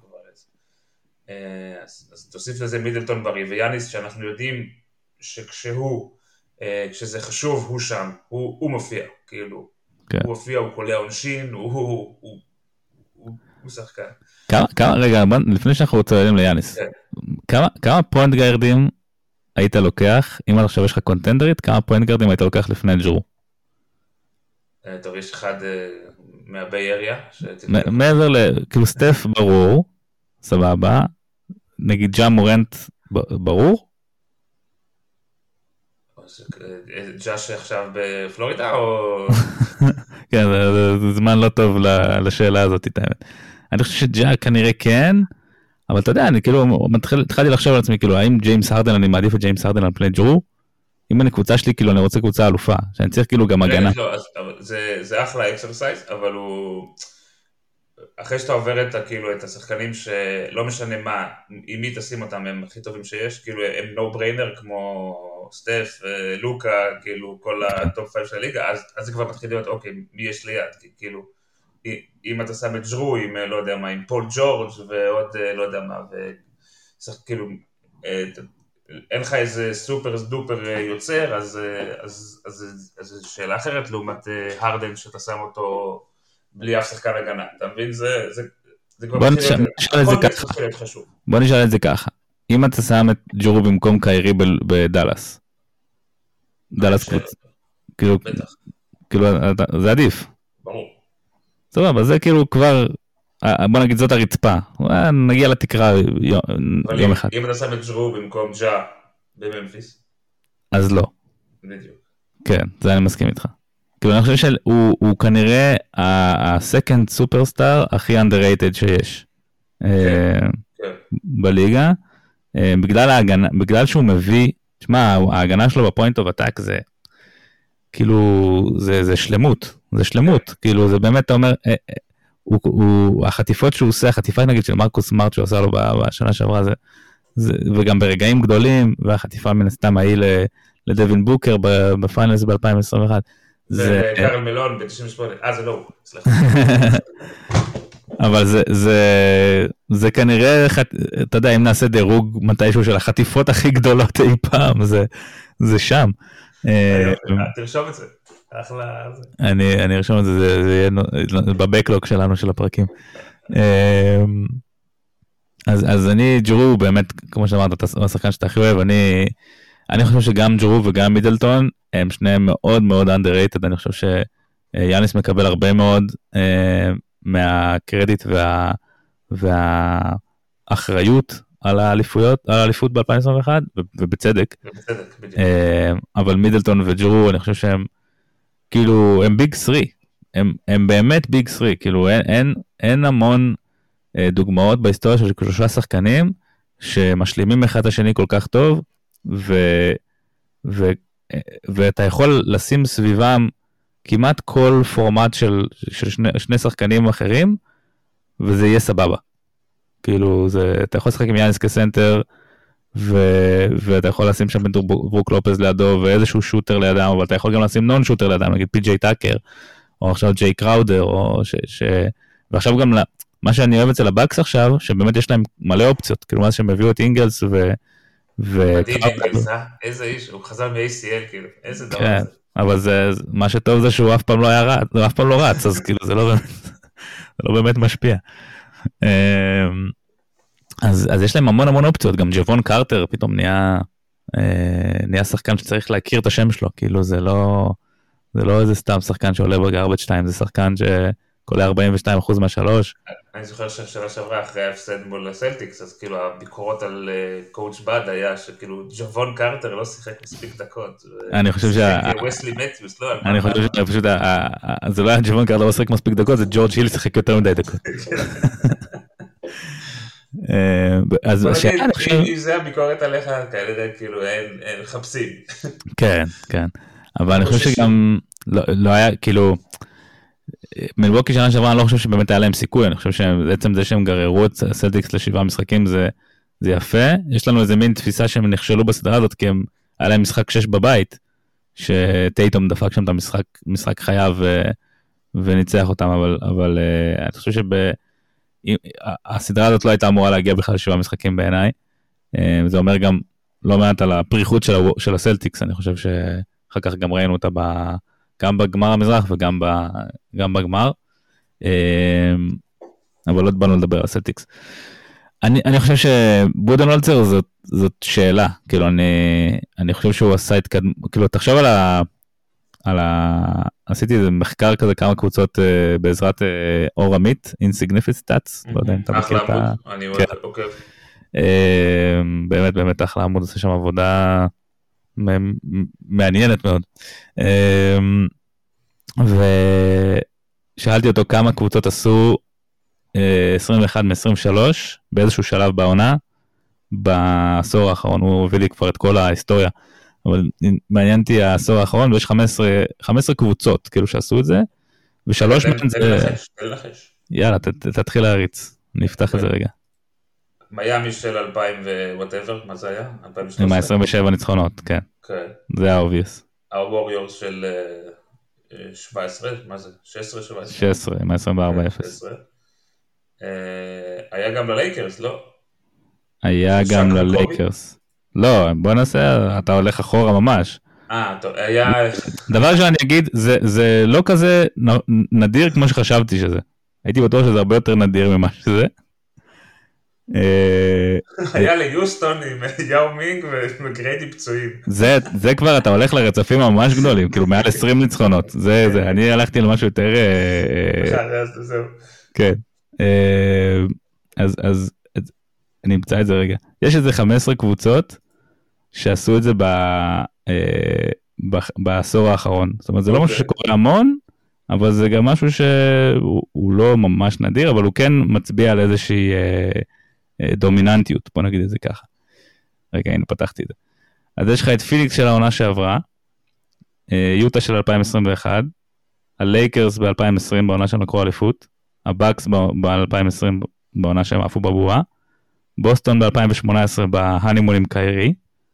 אז תוסיף לזה מידלטון בריא, ויאניס שאנחנו יודעים כשזה חשוב, הוא שם, הוא מופיע, כאילו, הוא מופיע, הוא קולע עונשין, הוא שחקן. רגע, לפני שאנחנו צוללים ליאניס, כמה פוינט גארדים היית לוקח, אם עכשיו יש לך קונטנדרית, כמה פוינט גארדים היית לוקח לפני ג'רו? טוב, יש אחד מהביי אריה. מעבר כאילו סטף ברור, סבבה, נגיד ג'ה מורנט ברור? ג'ה שעכשיו בפלורידה או... כן, זה זמן לא טוב לשאלה הזאת, אני חושב שג'ה כנראה כן, אבל אתה יודע, אני כאילו, התחלתי לחשוב על עצמי, כאילו, האם ג'יימס הרדן, אני מעדיף את ג'יימס הרדן על פני ג'רו? אם אני קבוצה שלי, כאילו, אני רוצה קבוצה אלופה, שאני צריך כאילו גם הגנה. זה אחלה אקסרסייז, אבל אחרי שאתה עובר כאילו את השחקנים שלא משנה מה, עם מי תשים אותם הם הכי טובים שיש, כאילו הם no brainer כמו סטף, לוקה, כאילו כל הטופ 5 של הליגה, אז זה כבר מתחיל להיות אוקיי, מי יש ליד, כאילו אם אתה שם את ג'רו, עם לא יודע מה, עם פול ג'ורג' ועוד לא יודע מה, כאילו אין לך איזה סופר דופר יוצר, אז זו שאלה אחרת לעומת הרדן שאתה שם אותו בלי אף שחקן הגנה, אתה מבין? זה כבר מתחיל להיות חשוב. בוא נשאל את זה ככה, אם אתה שם את ג'רו במקום קיירי בדלס, דלס כאילו זה עדיף. ברור. טוב, אבל זה כאילו כבר, בוא נגיד זאת הרצפה, נגיע לתקרה יום אחד. אם אתה שם את ג'רו במקום ג'ה בממפיס? אז לא. בדיוק. כן, זה אני מסכים איתך. כאילו אני חושב שהוא כנראה הסקנד סופרסטאר הכי underrated שיש בליגה, בגלל ההגנה, בגלל שהוא מביא, תשמע, ההגנה שלו בפוינט אוף אטאק זה, כאילו, זה שלמות, כאילו זה באמת, אתה אומר, החטיפות שהוא עושה, החטיפה נגיד של מרקוס סמארט שהוא עשה לו בשנה שעברה, וגם ברגעים גדולים, והחטיפה מן הסתם ההיא לדווין בוקר בפיינלס ב-2021. זה קרל מלון ב-98, זה לא, סליחה. אבל זה כנראה, אתה יודע, אם נעשה דירוג מתישהו של החטיפות הכי גדולות אי פעם, זה שם. תרשום את זה. אני ארשום את זה, זה יהיה בבקלוג שלנו של הפרקים. אז אני, ג'רו, באמת, כמו שאמרת, אתה השחקן שאתה הכי אוהב, אני חושב שגם ג'רו וגם מידלטון, הם שניהם מאוד מאוד underrated, אני חושב שיאניס מקבל הרבה מאוד מהקרדיט והאחריות על האליפות ב-2021, ובצדק. אבל מידלטון וג'רו, אני חושב שהם, כאילו, הם ביג 3, הם באמת ביג 3, כאילו, אין המון דוגמאות בהיסטוריה של 3 שחקנים, שמשלימים אחד את השני כל כך טוב, ואתה יכול לשים סביבם כמעט כל פורמט של שני שחקנים אחרים, וזה יהיה סבבה. כאילו, אתה יכול לשחק עם יאניס כסנטר, ואתה יכול לשים שם ברוק לופז לידו, ואיזשהו שוטר לידם, אבל אתה יכול גם לשים נון שוטר לידם, נגיד פי.ג'יי טאקר, או עכשיו ג'יי קראודר, ועכשיו גם מה שאני אוהב אצל הבאקס עכשיו, שבאמת יש להם מלא אופציות, כאילו מה שהם הביאו את אינגלס מדהים אינגלס, איזה איש, הוא חזר מ-ACL, כאילו, איזה דבר זה. אבל מה שטוב זה שהוא אף פעם לא היה רץ, הוא אף פעם לא רץ, אז כאילו זה לא באמת משפיע. אז יש להם המון אופציות, גם ג'וון קרטר פתאום נהיה שחקן שצריך להכיר את השם שלו, כאילו זה לא איזה סתם שחקן שעולה בגרבג' 2, זה שחקן שקולה 42% מהשלוש. אני זוכר שהשאלה שעברה אחרי ההפסד מול הסלטיקס, אז כאילו הביקורות על קואוץ' בד היה שכאילו ג'וון קרטר לא שיחק מספיק דקות. אני חושב וווסלי מתיוס, לא? אני חושב שפשוט, זה לא היה ג'וון קרטר לא שיחק מספיק דקות, זה ג'ורג' היל שיחק יותר מדי דקות. אז אם זה הביקורת עליך, כאלה כאילו אין חפשים. כן, כן. אבל אני חושב שגם לא היה, כאילו, מלווקי שנה שעברה, אני לא חושב שבאמת היה להם סיכוי, אני חושב שבעצם זה שהם גררו את סלטיקס ל7 משחקים, זה יפה. יש לנו איזה מין תפיסה שהם נכשלו בסדרה הזאת, כי היה להם משחק 6 בבית, שטייטום דפק שם את המשחק חייו וניצח אותם, אבל אני חושב שהסדרה הזאת לא הייתה אמורה להגיע בכלל ל7 משחקים בעיניי, זה אומר גם לא מעט על הפריחות של הסלטיקס, אני חושב שאחר כך גם ראינו אותה גם בגמר המזרח וגם בגמר, אבל לא באנו לדבר על סלטיקס. אני חושב שבודנהולצר זאת שאלה, כאילו אני חושב שהוא עשה כאילו תחשוב עשיתי איזה מחקר כזה כמה קבוצות בעזרת אור עמית, Insignificant Stats, לא יודע אם אתה מכיר את ה... אני אוהב, אוקיי. באמת אחלה עמוד, עושה שם עבודה מעניינת מאוד. ושאלתי אותו כמה קבוצות עשו 21 מ-23 באיזשהו שלב בעונה, בעשור האחרון, הוא הביא לי כבר את כל ההיסטוריה, אבל מעניינתי העשור האחרון, ויש 15 קבוצות כאילו שעשו את זה, ושלוש מהן זה... יאללה, תתחיל להריץ, אני אפתח את זה רגע. מיאמי של 2000 ווואטאבר, מה זה היה? עם ה-27 ניצחונות, כן. כן. זה ה-obvious. הווריורס של 17, מה זה? 16, 17? 16, עם ה-24-0. היה גם ללייקרס, לא? היה גם ללייקרס. לא, בוא נעשה, אתה הולך אחורה ממש. טוב, היה... דבר שאני אגיד, זה לא כזה נדיר כמו שחשבתי שזה. הייתי בטוח שזה הרבה יותר נדיר ממה שזה. היה ליוסטון עם יאו מינג וגריידי פצועים. זה כבר, אתה הולך לרצפים ממש גדולים, כאילו מעל 20 ניצחונות. זה, אני הלכתי למשהו יותר... זהו. כן. אז אני אמצא את זה רגע. יש איזה 15 קבוצות שעשו את זה בעשור האחרון. זאת אומרת, זה לא משהו שקורה המון, אבל זה גם משהו שהוא לא ממש נדיר, אבל הוא כן מצביע על איזושהי דומיננטיות, בוא נגיד את זה ככה. רגע, הנה, פתחתי את זה. אז יש לך את פיניקס של העונה שעברה, יוטה של 2021, הלייקרס ב-2020 בעונה שהם לקחו אליפות, הבאקס ב-2020 בעונה שהם עפו בבועה, בוסטון ב-2018 בהנימון עם קיירי,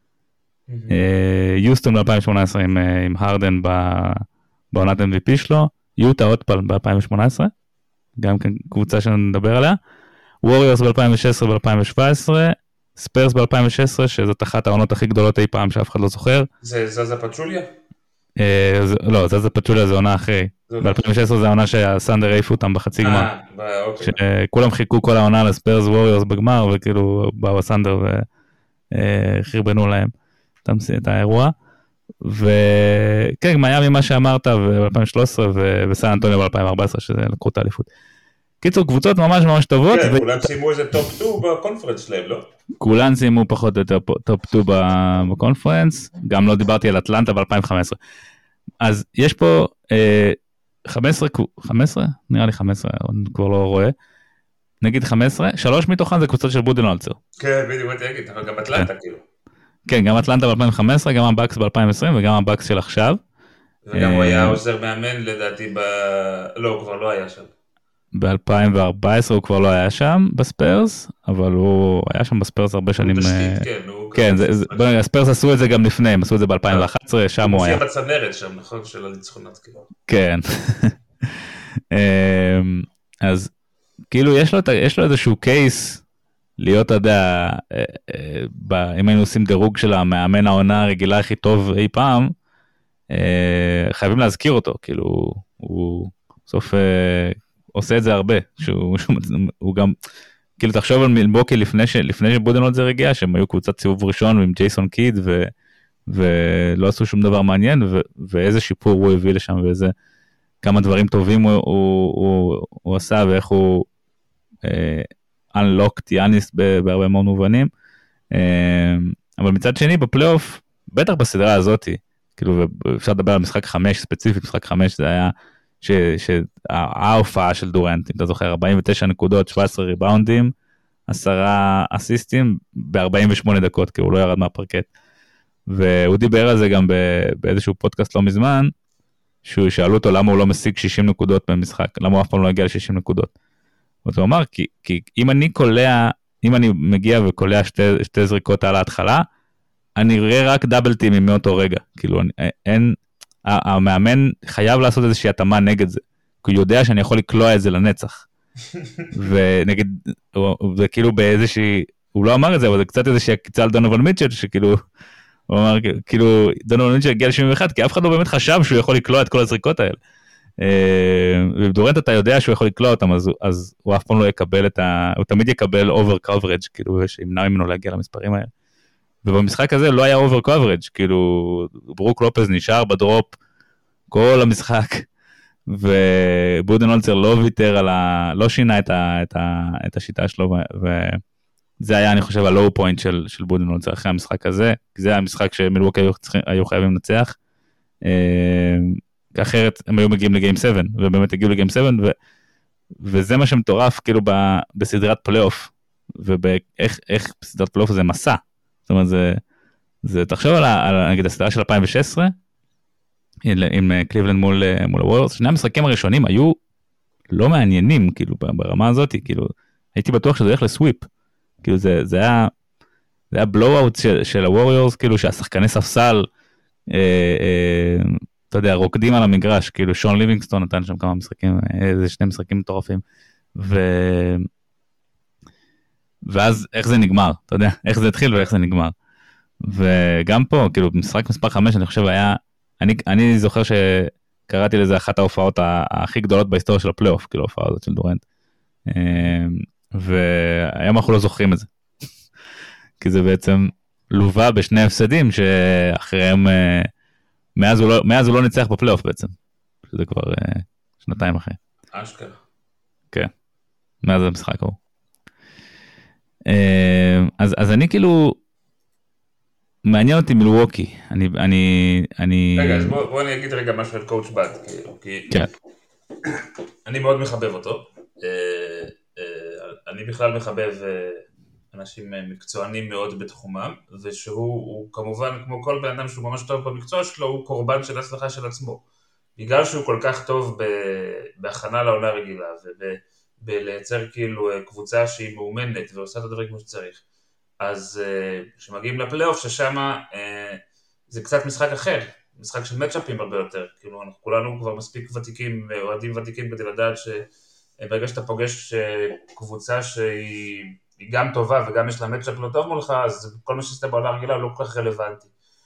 יוסטון ב-2018 עם הרדן בעונת MVP שלו, יוטה עוד פעם ב-2018, גם כן קבוצה שנדבר עליה, ווריורס ב-2016 וב-2017, ספרס ב-2016, שזאת אחת העונות הכי גדולות אי פעם שאף אחד לא זוכר. זה זזה פצ'וליה? לא, זזה פצ'וליה זה עונה אחרי. ב-2016 זה העונה שהסנדר העיפו אותם בחצי גמר. שכולם חיכו כל העונה לספרס ווריורס בגמר, וכאילו באו הסנדר וחרבנו להם את האירוע. וכן, מיאמי מה שאמרת ב-2013 וסן אנטוניו ב-2014 שזה לקחו את האליפות. קיצור, קבוצות ממש ממש טובות. כן, כולם סיימו איזה טופ 2 בקונפרנס שלהם, לא? כולם סיימו פחות או יותר טופ 2 בקונפרנס, גם לא דיברתי על אטלנטה ב-2015. אז יש פה 15? נראה לי 15, אני כבר לא רואה. נגיד 15, 3 מתוכן זה קבוצות של בודנהולצר. כן, בדיוק, אני אגיד, אבל גם אטלנטה כאילו. כן, גם אטלנטה ב-2015, גם הבאקס ב-2020 וגם הבאקס של עכשיו. וגם הוא היה עוזר מאמן לדעתי לא, הוא כבר לא היה שם. ב-2014 הוא כבר לא היה שם בספרס, אבל הוא היה שם בספרס הרבה שנים. כן, הספרס עשו את זה גם לפני, הם עשו את זה ב-2011, שם הוא היה. הוא מופיע בצנרת שם, נכון? של הניצחונות כאילו. כן. אז כאילו יש לו איזשהו קייס להיות, אתה יודע, אם היינו עושים דירוג של המאמן העונה הרגילה הכי טוב אי פעם, חייבים להזכיר אותו, כאילו, הוא בסוף עושה את זה הרבה, שהוא גם, כאילו תחשוב על מילבוקי לפני שבודנהולצר הגיע, שהם היו קבוצת סיבוב ראשון עם ג'ייסון קיד, ולא עשו שום דבר מעניין, ואיזה שיפור הוא הביא לשם, ואיזה כמה דברים טובים הוא עשה, ואיך הוא unlocked יאניס בהרבה מאוד מובנים, אבל מצד שני בפלייאוף, בטח בסדרה הזאת, כאילו אפשר לדבר על משחק 5 ספציפית, משחק 5 זה היה שההופעה של דורנט, אם אתה זוכר, 49 נקודות, 17 ריבאונדים, 10 אסיסטים ב-48 דקות, כי הוא לא ירד מהפרקט. והוא דיבר על זה גם באיזשהו פודקאסט לא מזמן, שאלו אותו למה הוא לא משיג 60 נקודות במשחק, למה הוא אף פעם לא הגיע ל-60 נקודות. והוא אמר, כי אם אני מגיע וקולע שתי זריקות על ההתחלה, אני אראה רק דאבל טימים מאותו רגע, כאילו המאמן חייב לעשות איזושהי התאמה נגד זה, כי הוא יודע שאני יכול לקלוע את זה לנצח, ונגיד, וכאילו באיזושהי, הוא לא אמר את זה, אבל זה קצת איזושהי עקיצה על דונובל מיטשל, שכאילו, הוא אמר, כאילו, דונובל מיטשל הגיע ל-71, כי אף אחד לא באמת חשב שהוא יכול לקלוע את כל הזריקות האלה, ובדורנט אתה יודע שהוא יכול לקלוע אותם, אז הוא אף פעם לא יקבל הוא תמיד יקבל אובר קוברage, כאילו, שימנע ממנו להגיע למספרים האלה. ובמשחק הזה לא היה אובר קוברage, כאילו ברוק לופז נשאר בדרופ כל המשחק, ובודנהולצר לא ויתר לא שינה את השיטה שלו, וזה היה אני חושב הלואו פוינט של בודנהולצר אחרי המשחק הזה, כי זה היה המשחק שמילווקי היו חייבים לנצח, אחרת הם היו מגיעים לגיים 7, ובאמת הגיעו לגיים 7, וזה מה שמטורף כאילו בסדרת פלייאוף, ואיך בסדרת פלייאוף זה מסע, זאת אומרת, תחשוב על נגיד הסדרה של 2016, עם קליבלנד מול הווריורס, שני המשחקים הראשונים היו לא מעניינים, כאילו, ברמה הזאת, כאילו, הייתי בטוח שזה הולך לסוויפ, כאילו, זה היה בלואו-אוט של הווריורס, כאילו, שהשחקני ספסל, אתה יודע, רוקדים על המגרש, כאילו, שון ליבינגסטון נתן שם כמה משחקים, איזה 2 משחקים מטורפים, ואז איך זה נגמר, אתה יודע, איך זה התחיל ואיך זה נגמר. וגם פה, כאילו, משחק מספר 5, אני חושב היה, אני זוכר שקראתי לזה אחת ההופעות הכי גדולות בהיסטוריה של הפלייאוף, כאילו, ההופעה הזאת של דורנט. והיום אנחנו לא זוכרים את זה. כי זה בעצם לווה בשני הפסדים שאחריהם, מאז הוא לא ניצח בפלייאוף בעצם. שזה כבר 2 אחרי. אשכרה. כן, מאז המשחק ההוא. אז אני כאילו, מעניין אותי מילווקי, רגע, אז בוא אני אגיד רגע משהו על קואוץ' בד, כי אני מאוד מחבב אותו, אני בכלל מחבב אנשים מקצוענים מאוד בתחומם, ושהוא כמובן, כמו כל בן אדם שהוא ממש טוב במקצוע שלו, הוא קורבן של הצלחה של עצמו, בגלל שהוא כל כך טוב בהכנה לעונה רגילה, ובלייצר כאילו קבוצה שהיא מאומנת ועושה את הדברים כמו שצריך. אז כשמגיעים לפלייאוף ששם זה קצת משחק אחר, משחק של מצ'אפים הרבה יותר, כאילו אנחנו כולנו כבר מספיק ותיקים, אוהדים ותיקים כדי לדעת שברגע שאתה פוגש קבוצה שהיא גם טובה וגם יש לה מצ'אפ לא טוב מולך, אז כל מה שעשית בעונה רגילה לא כל כך רלוונטי.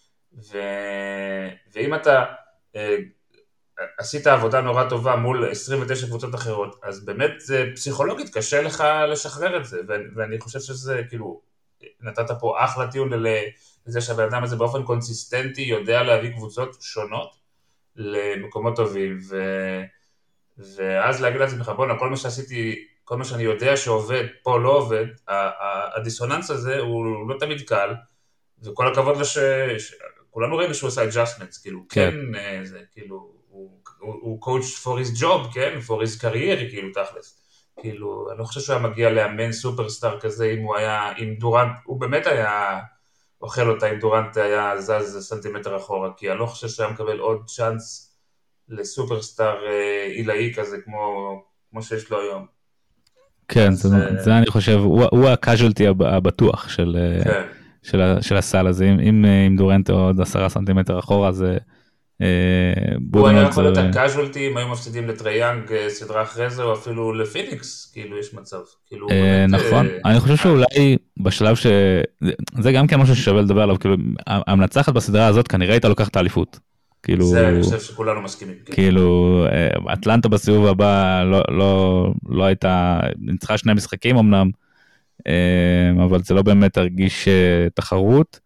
ואם אתה עשית עבודה נורא טובה מול 29 קבוצות אחרות, אז באמת זה פסיכולוגית קשה לך לשחרר את זה, ואני חושב שזה כאילו, נתת פה אחלה טיעון לזה שהבן אדם הזה באופן קונסיסטנטי יודע להביא קבוצות שונות למקומות טובים, ואז להגיד לעצמך, בוא'נה, כל מה שעשיתי, כל מה שאני יודע שעובד, פה לא עובד, הדיסוננס הזה הוא לא תמיד קל, וכל הכבוד כולנו ראינו שהוא עושה adjustments, כאילו, כן, זה כאילו, הוא coach for his job, כן, for his career, כאילו, תכלס. כאילו, אני לא חושב שהוא היה מגיע לאמן סופרסטאר כזה, אם הוא היה, אם דורנט, הוא באמת היה אוכל אותה, אם דורנט היה זז סנטימטר אחורה, כי אני לא חושב שהוא היה מקבל עוד צ'אנס לסופרסטאר עילאי כזה, כמו שיש לו היום. כן, זה אני חושב, הוא הקאז'ולטי הבטוח של הסל הזה, אם דורנט עוד 10 סנטימטר אחורה, זה... הוא היה יכול להיות הקאז'ולטי, אם היו מפסידים לטרייאנג סדרה אחרי זה, או אפילו לפיניקס, כאילו יש מצב. נכון, אני חושב שאולי בשלב ש... זה גם כן משהו ששווה לדבר עליו, כאילו, המנצחת בסדרה הזאת כנראה הייתה לוקחת את האליפות. זה אני חושב שכולנו מסכימים. כאילו, אטלנטה בסיבוב הבא לא הייתה, ניצחה 2 משחקים אמנם, אבל זה לא באמת הרגיש תחרות,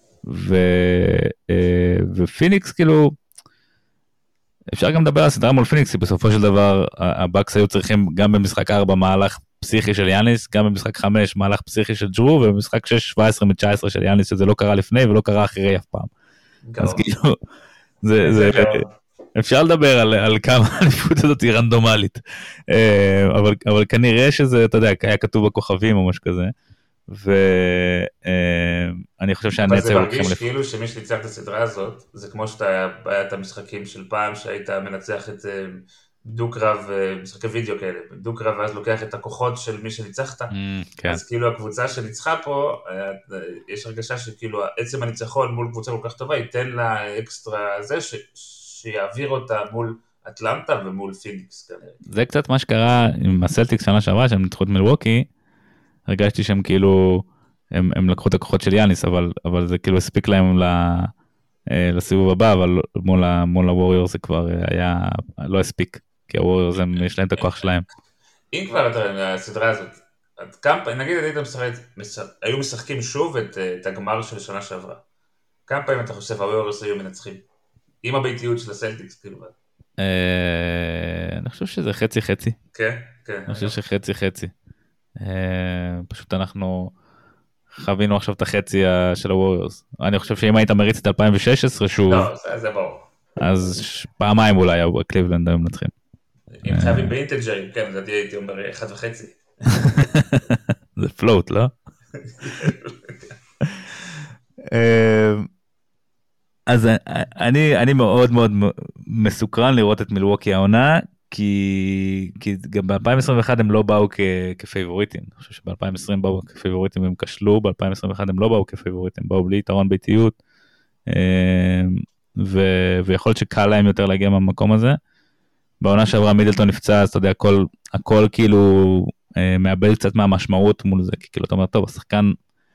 ופיניקס כאילו, אפשר גם לדבר על הסדרה מול פיניקס, בסופו של דבר הבאקס היו צריכים גם במשחק 4 מהלך פסיכי של יאניס, גם במשחק 5 מהלך פסיכי של ג'רו, ובמשחק 6, 17 מ-19 של יאניס, שזה לא קרה לפני ולא קרה אחרי אף פעם. אז כאילו, אפשר לדבר על כמה האליפות הזאת היא רנדומלית, אבל כנראה שזה, אתה יודע, היה כתוב בכוכבים או משהו כזה, ואני חושב שהנצר... אבל זה מרגיש כאילו שמי שניצח את הסדרה הזאת, זה כמו שאתה היה את המשחקים של פעם, שהיית מנצח את דו-קרב, משחקי וידאו כאלה, דו-קרב ואז לוקח את הכוחות של מי שניצחת, אז כאילו הקבוצה שניצחה פה, יש הרגשה שכאילו עצם הניצחון מול קבוצה כל כך טובה, ייתן לה אקסטרה זה, שיעביר אותה מול אטלנטה ומול פיניקס כנראה. זה קצת מה שקרה עם הסלטיקס שנה שעברה, שהם ניצחו את מילווקי, הרגשתי שהם כאילו, הם לקחו את הכוחות של יאניס, אבל זה כאילו הספיק להם לסיבוב הבא, אבל מול הווריורס זה כבר היה, לא הספיק, כי הווריורס יש להם את הכוח שלהם. אם כבר אתה הסדרה הזאת, נגיד היו משחקים שוב את הגמר של שנה שעברה, כמה פעמים אתה חושב הווריורס היו מנצחים? עם הביתיות של הסלטיקס, כאילו. אני חושב שזה חצי-חצי. כן, כן. אני חושב שחצי-חצי. פשוט אנחנו חווינו עכשיו את החצי של הווריורס. אני חושב שאם היית מריץ את 2016 שוב, לא, זה ברור. אז פעמיים אולי קליבלנד היו מנצחים. אם חייבים באינטג'רים, כן, זה הייתי אומר 1.5. זה פלוט, לא? אז אני מאוד מאוד מסוקרן לראות את מילווקי העונה, כי גם ב-2021 הם לא באו כפייבוריטים, אני חושב שב-2020 באו כפייבוריטים והם כשלו, ב-2021 הם לא באו כפייבוריטים, באו בלי יתרון ביתיות, ויכול להיות שקל להם יותר להגיע מהמקום הזה. בעונה שעברה מידלטון נפצע, אז אתה יודע, הכל כאילו מאבד קצת מהמשמעות מול זה, כי כאילו אתה אומר, טוב, השחקן,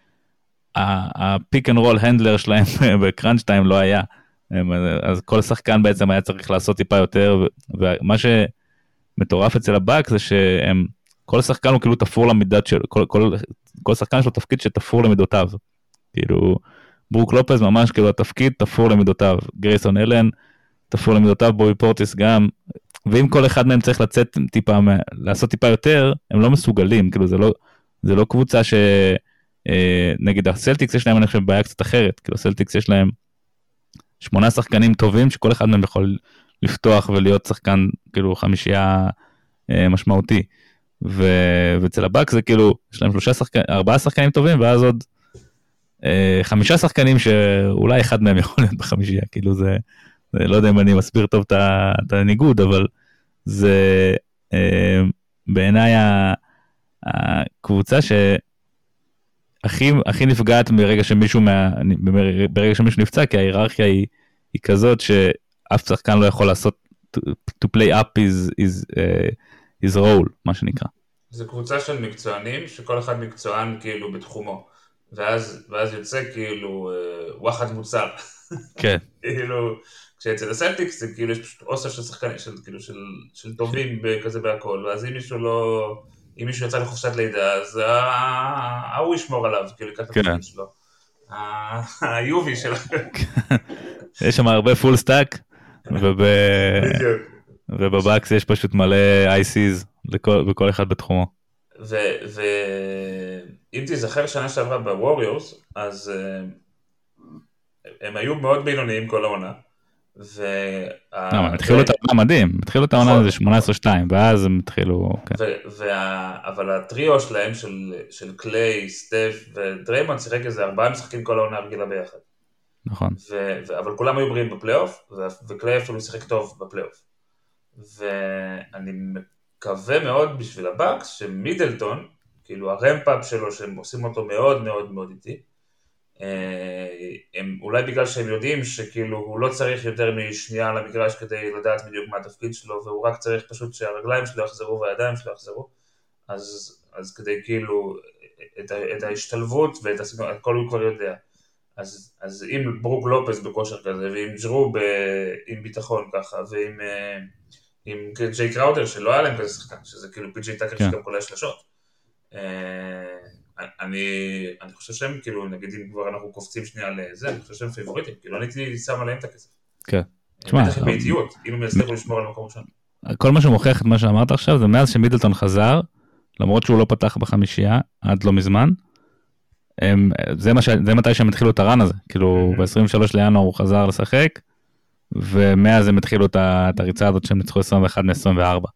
הפיק אנד רול הנדלר שלהם בקראנץ' טיים לא היה, אז כל שחקן בעצם היה צריך לעשות טיפה יותר, ומה שמטורף אצל הבאק זה שהם, כל שחקן הוא כאילו תפור למידות שלו, כל שחקן יש לו תפקיד שתפור למידותיו, כאילו ברוק לופז ממש כאילו התפקיד תפור למידותיו, גרייסון אלן תפור למידותיו, בובי פורטיס גם, ואם כל אחד מהם צריך לצאת טיפה, לעשות טיפה יותר, הם לא מסוגלים, כאילו זה לא קבוצה ש... נגיד הסלטיקס יש להם אני חושב בעיה קצת אחרת, כאילו הסלטיקס יש להם 8 שחקנים טובים שכל אחד מהם יכול לפתוח ולהיות שחקן כאילו חמישייה משמעותי, ואצל הבאק זה כאילו יש להם 4 שחקנים טובים ואז עוד 5 שחקנים שאולי אחד מהם יכול להיות בחמישייה, כאילו זה לא יודע אם אני מסביר טוב את הניגוד, אבל זה בעיניי הקבוצה הכי נפגעת ברגע שמישהו נפצע, כי ההיררכיה היא כזאת שאף שחקן לא יכול לעשות to play up his role, מה שנקרא. זה קבוצה של מקצוענים, שכל אחד מקצוען כאילו בתחומו, ואז יוצא כאילו וואחד מוצר. כן. כאילו, כשאצל הסלטיקס זה כאילו יש פשוט אוסף של שחקנים, של טובים כזה בהכל, ואז אם מישהו יצא לחופשת לידה, אז הוא ישמור עליו, כאילו לקראת התפקיד שלו. היובי שלו. יש שם הרבה פול סטאק, ובבאקס יש פשוט מלא ICs בכל אחד בתחומו. ואם תזכר שנה שעברה בווריורס, אז הם היו מאוד בינוניים כל העונה. הם התחילו את העונה מדהים, התחילו את העונה זה 18-2, ואז הם התחילו... אבל הטריו שלהם של קליי, סטף ודריימונד שיחק איזה 4 משחקים כל העונה רגילה ביחד. נכון. אבל כולם היו בריאים בפלייאוף, וקליי אפילו שיחק טוב בפלייאוף. ואני מקווה מאוד בשביל הבאקס שמידלטון, כאילו הרמפאפ שלו שהם עושים אותו מאוד מאוד מאוד איטי, הם, אולי בגלל שהם יודעים שכאילו הוא לא צריך יותר משנייה על המגרש כדי לדעת בדיוק מה התפקיד שלו, והוא רק צריך פשוט שהרגליים שלו יחזרו והידיים שלו יחזרו, אז כדי כאילו את ההשתלבות ואת הכל הוא כבר יודע. אז אם ברוק לופס בכושר כזה, ואם ג'רו עם ביטחון ככה, ועם ג'יי קראודר שלא היה להם כזה שחקן, שזה כאילו פי.ג'יי טאקר שגם כולל שלשות, אני חושב שהם כאילו, נגיד אם כבר אנחנו קופצים שנייה לזה, אני חושב שהם פייבוריטים, כאילו אני הייתי שם עליהם את הכסף. כן. בטח באיטיות, אם הם יצליחו לשמור על מקום ראשון. כל מה שמוכיח את מה שאמרת עכשיו, זה מאז שמידלטון חזר, למרות שהוא לא פתח בחמישייה, עד לא מזמן, זה מתי שהם התחילו את הרן הזה, כאילו ב-23 לינואר הוא חזר לשחק, ומאז הם התחילו את הריצה הזאת שהם ניצחו 21 מ-24.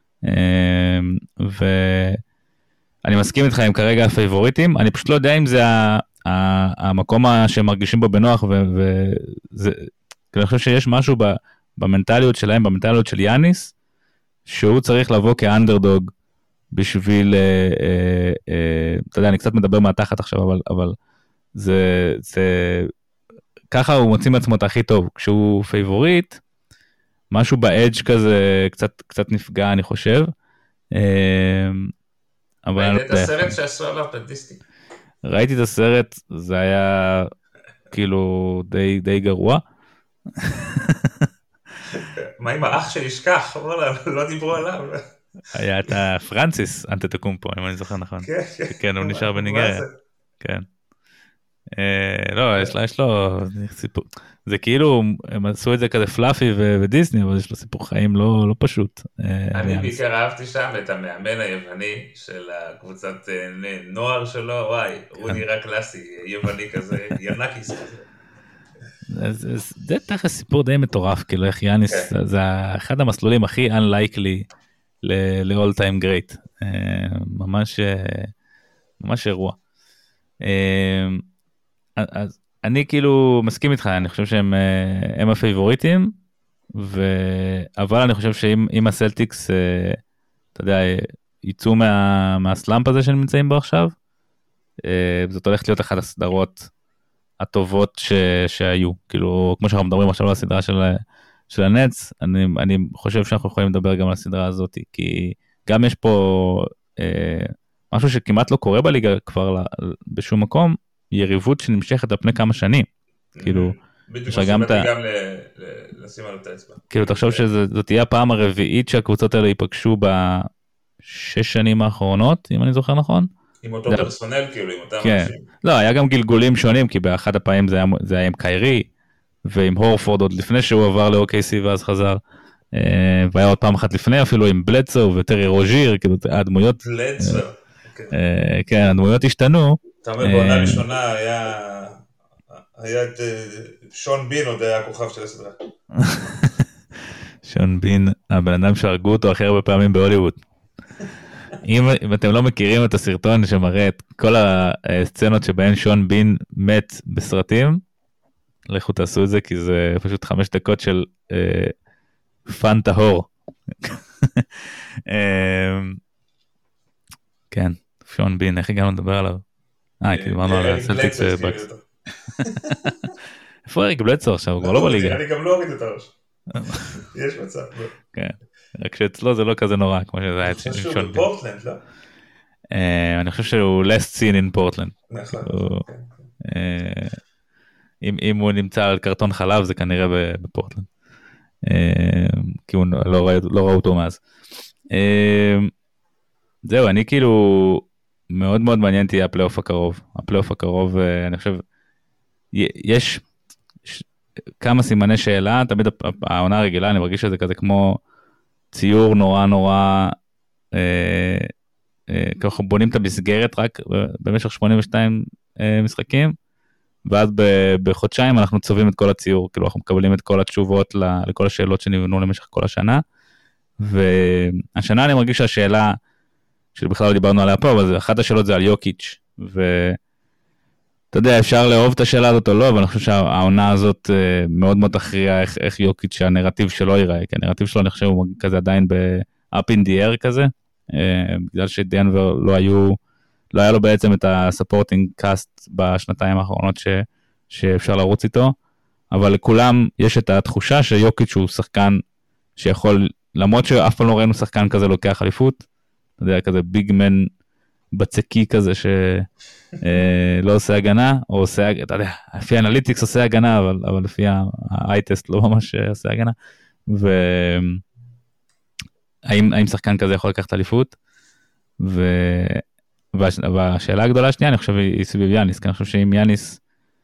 ואני מסכים איתך עם כרגע הפייבוריטים, אני פשוט לא יודע אם זה המקום שהם מרגישים בו בנוח, אני חושב שיש משהו במנטליות שלהם, במנטליות של יאניס, שהוא צריך לבוא כאנדרדוג, בשביל, אתה יודע, אני קצת מדבר מהתחת עכשיו, אבל זה, ככה הוא מוציא מעצמו את הכי טוב, כשהוא פייבוריט, משהו באדג' כזה, קצת נפגע, אני חושב. ראית את הסרט שעשו עליו פנטיסטי? ראיתי את הסרט, זה היה כאילו די גרוע. מה עם האח שנשכח? לא דיברו עליו. היה את פרנסיס אנטטוקומפו, אם אני זוכר נכון. כן, הוא נשאר בניגריה. כן. לא, יש לו סיפור. זה כאילו, הם עשו את זה כזה פלאפי ודיסני, אבל יש לו סיפור חיים לא פשוט. אני בעיקר אהבתי שם את המאמן היווני של הקבוצת נוער שלו, וואי, הוא נראה קלאסי, יווני כזה, ינקיס כזה. זה תכף סיפור די מטורף, כאילו איך יאניס, זה אחד המסלולים הכי unlikely ל-all time great, ממש אירוע. אז אני כאילו מסכים איתך, אני חושב שהם הפייבוריטים, אבל אני חושב שאם הסלטיקס, אתה יודע, יצאו מהסלאמפ הזה שהם נמצאים בו עכשיו, זאת הולכת להיות אחת הסדרות הטובות שהיו, כאילו, כמו שאנחנו מדברים עכשיו על הסדרה של הנץ, אני חושב שאנחנו יכולים לדבר גם על הסדרה הזאת, כי גם יש פה משהו שכמעט לא קורה בליגה כבר בשום מקום, יריבות שנמשכת על פני כמה שנים, כאילו, בדיוק מה שבאתי גם לשים על את האצבע. כאילו, תחשוב שזאת תהיה הפעם הרביעית שהקבוצות האלה ייפגשו בשש שנים האחרונות, אם אני זוכר נכון. עם אותו פרסונל, כאילו, עם אותם אנשים. לא, היה גם גלגולים שונים, כי באחד הפעמים זה היה עם קיירי, ועם הורפורד עוד לפני שהוא עבר ל-OKC ואז חזר, והיה עוד פעם אחת לפני אפילו עם בלדסו וטרי רוז'יר, כאילו הדמויות, בלדסו, כן, הדמויות השתנו. אתה אומר בעונה ראשונה היה את שון בין, עוד היה הכוכב של הסדרה. שון בין, הבן אדם שהרגו אותו הכי הרבה פעמים בהוליווד. אם אתם לא מכירים את הסרטון שמראה את כל הסצנות שבהן שון בין מת בסרטים, לכו תעשו את זה, כי זה פשוט 5 דקות של פן טהור. כן, שון בין, איך הגענו לדבר עליו? כי דיברנו על הסלטיקס בקס. איפה אריק בלדסו עכשיו? הוא כבר לא בליגה. אני גם לא אוריד את הראש. יש מצב. כן, רק שאצלו זה לא כזה נורא, כמו שזה היה אצל שון בין. הוא בפורטלנד, לא? אני חושב שהוא last seen in פורטלנד. נכון. אם הוא נמצא על קרטון חלב זה כנראה בפורטלנד, כי הוא לא ראו אותו מאז. זהו, אני כאילו מאוד מאוד מעניין תהיה הפלייאוף הקרוב. הפלייאוף הקרוב, אני חושב, יש כמה סימני שאלה, תמיד העונה הרגילה, אני מרגיש שזה כזה כמו ציור נורא נורא, ככה בונים את המסגרת רק במשך 82 משחקים, ואז בחודשיים אנחנו צובעים את כל הציור, כאילו אנחנו מקבלים את כל התשובות לכל השאלות שנבנו למשך כל השנה, והשנה אני מרגיש שהשאלה, שבכלל לא דיברנו עליה פה, אבל אחת השאלות זה על יוקיץ', ואתה יודע, אפשר לאהוב את השאלה הזאת או לא, אבל אני חושב שהעונה הזאת מאוד מאוד תכריע איך יוקיץ' הנרטיב שלו ייראה, כי הנרטיב שלו אני חושב הוא כזה עדיין ב-up in the air כזה, בגלל שדנבר לא היה לו בעצם את הספורטינג קאסט בשנתיים האחרונות שאפשר לרוץ איתו, אבל לכולם יש את התחושה שיוקיץ' הוא שחקן שיכול, למרות שאף פעם לא ראינו שחקן כזה לוקח אליפות, אתה יודע, כזה ביג מן בצקי כזה שלא עושה הגנה, או עושה, אתה יודע, לפי האנליטיקס עושה הגנה, אבל לפי האייטסט לא ממש עושה הגנה, האם שחקן כזה יכול לקחת אליפות, והשאלה הגדולה השנייה, אני חושב, היא סביב יאניס, כי אני חושב שאם יאניס,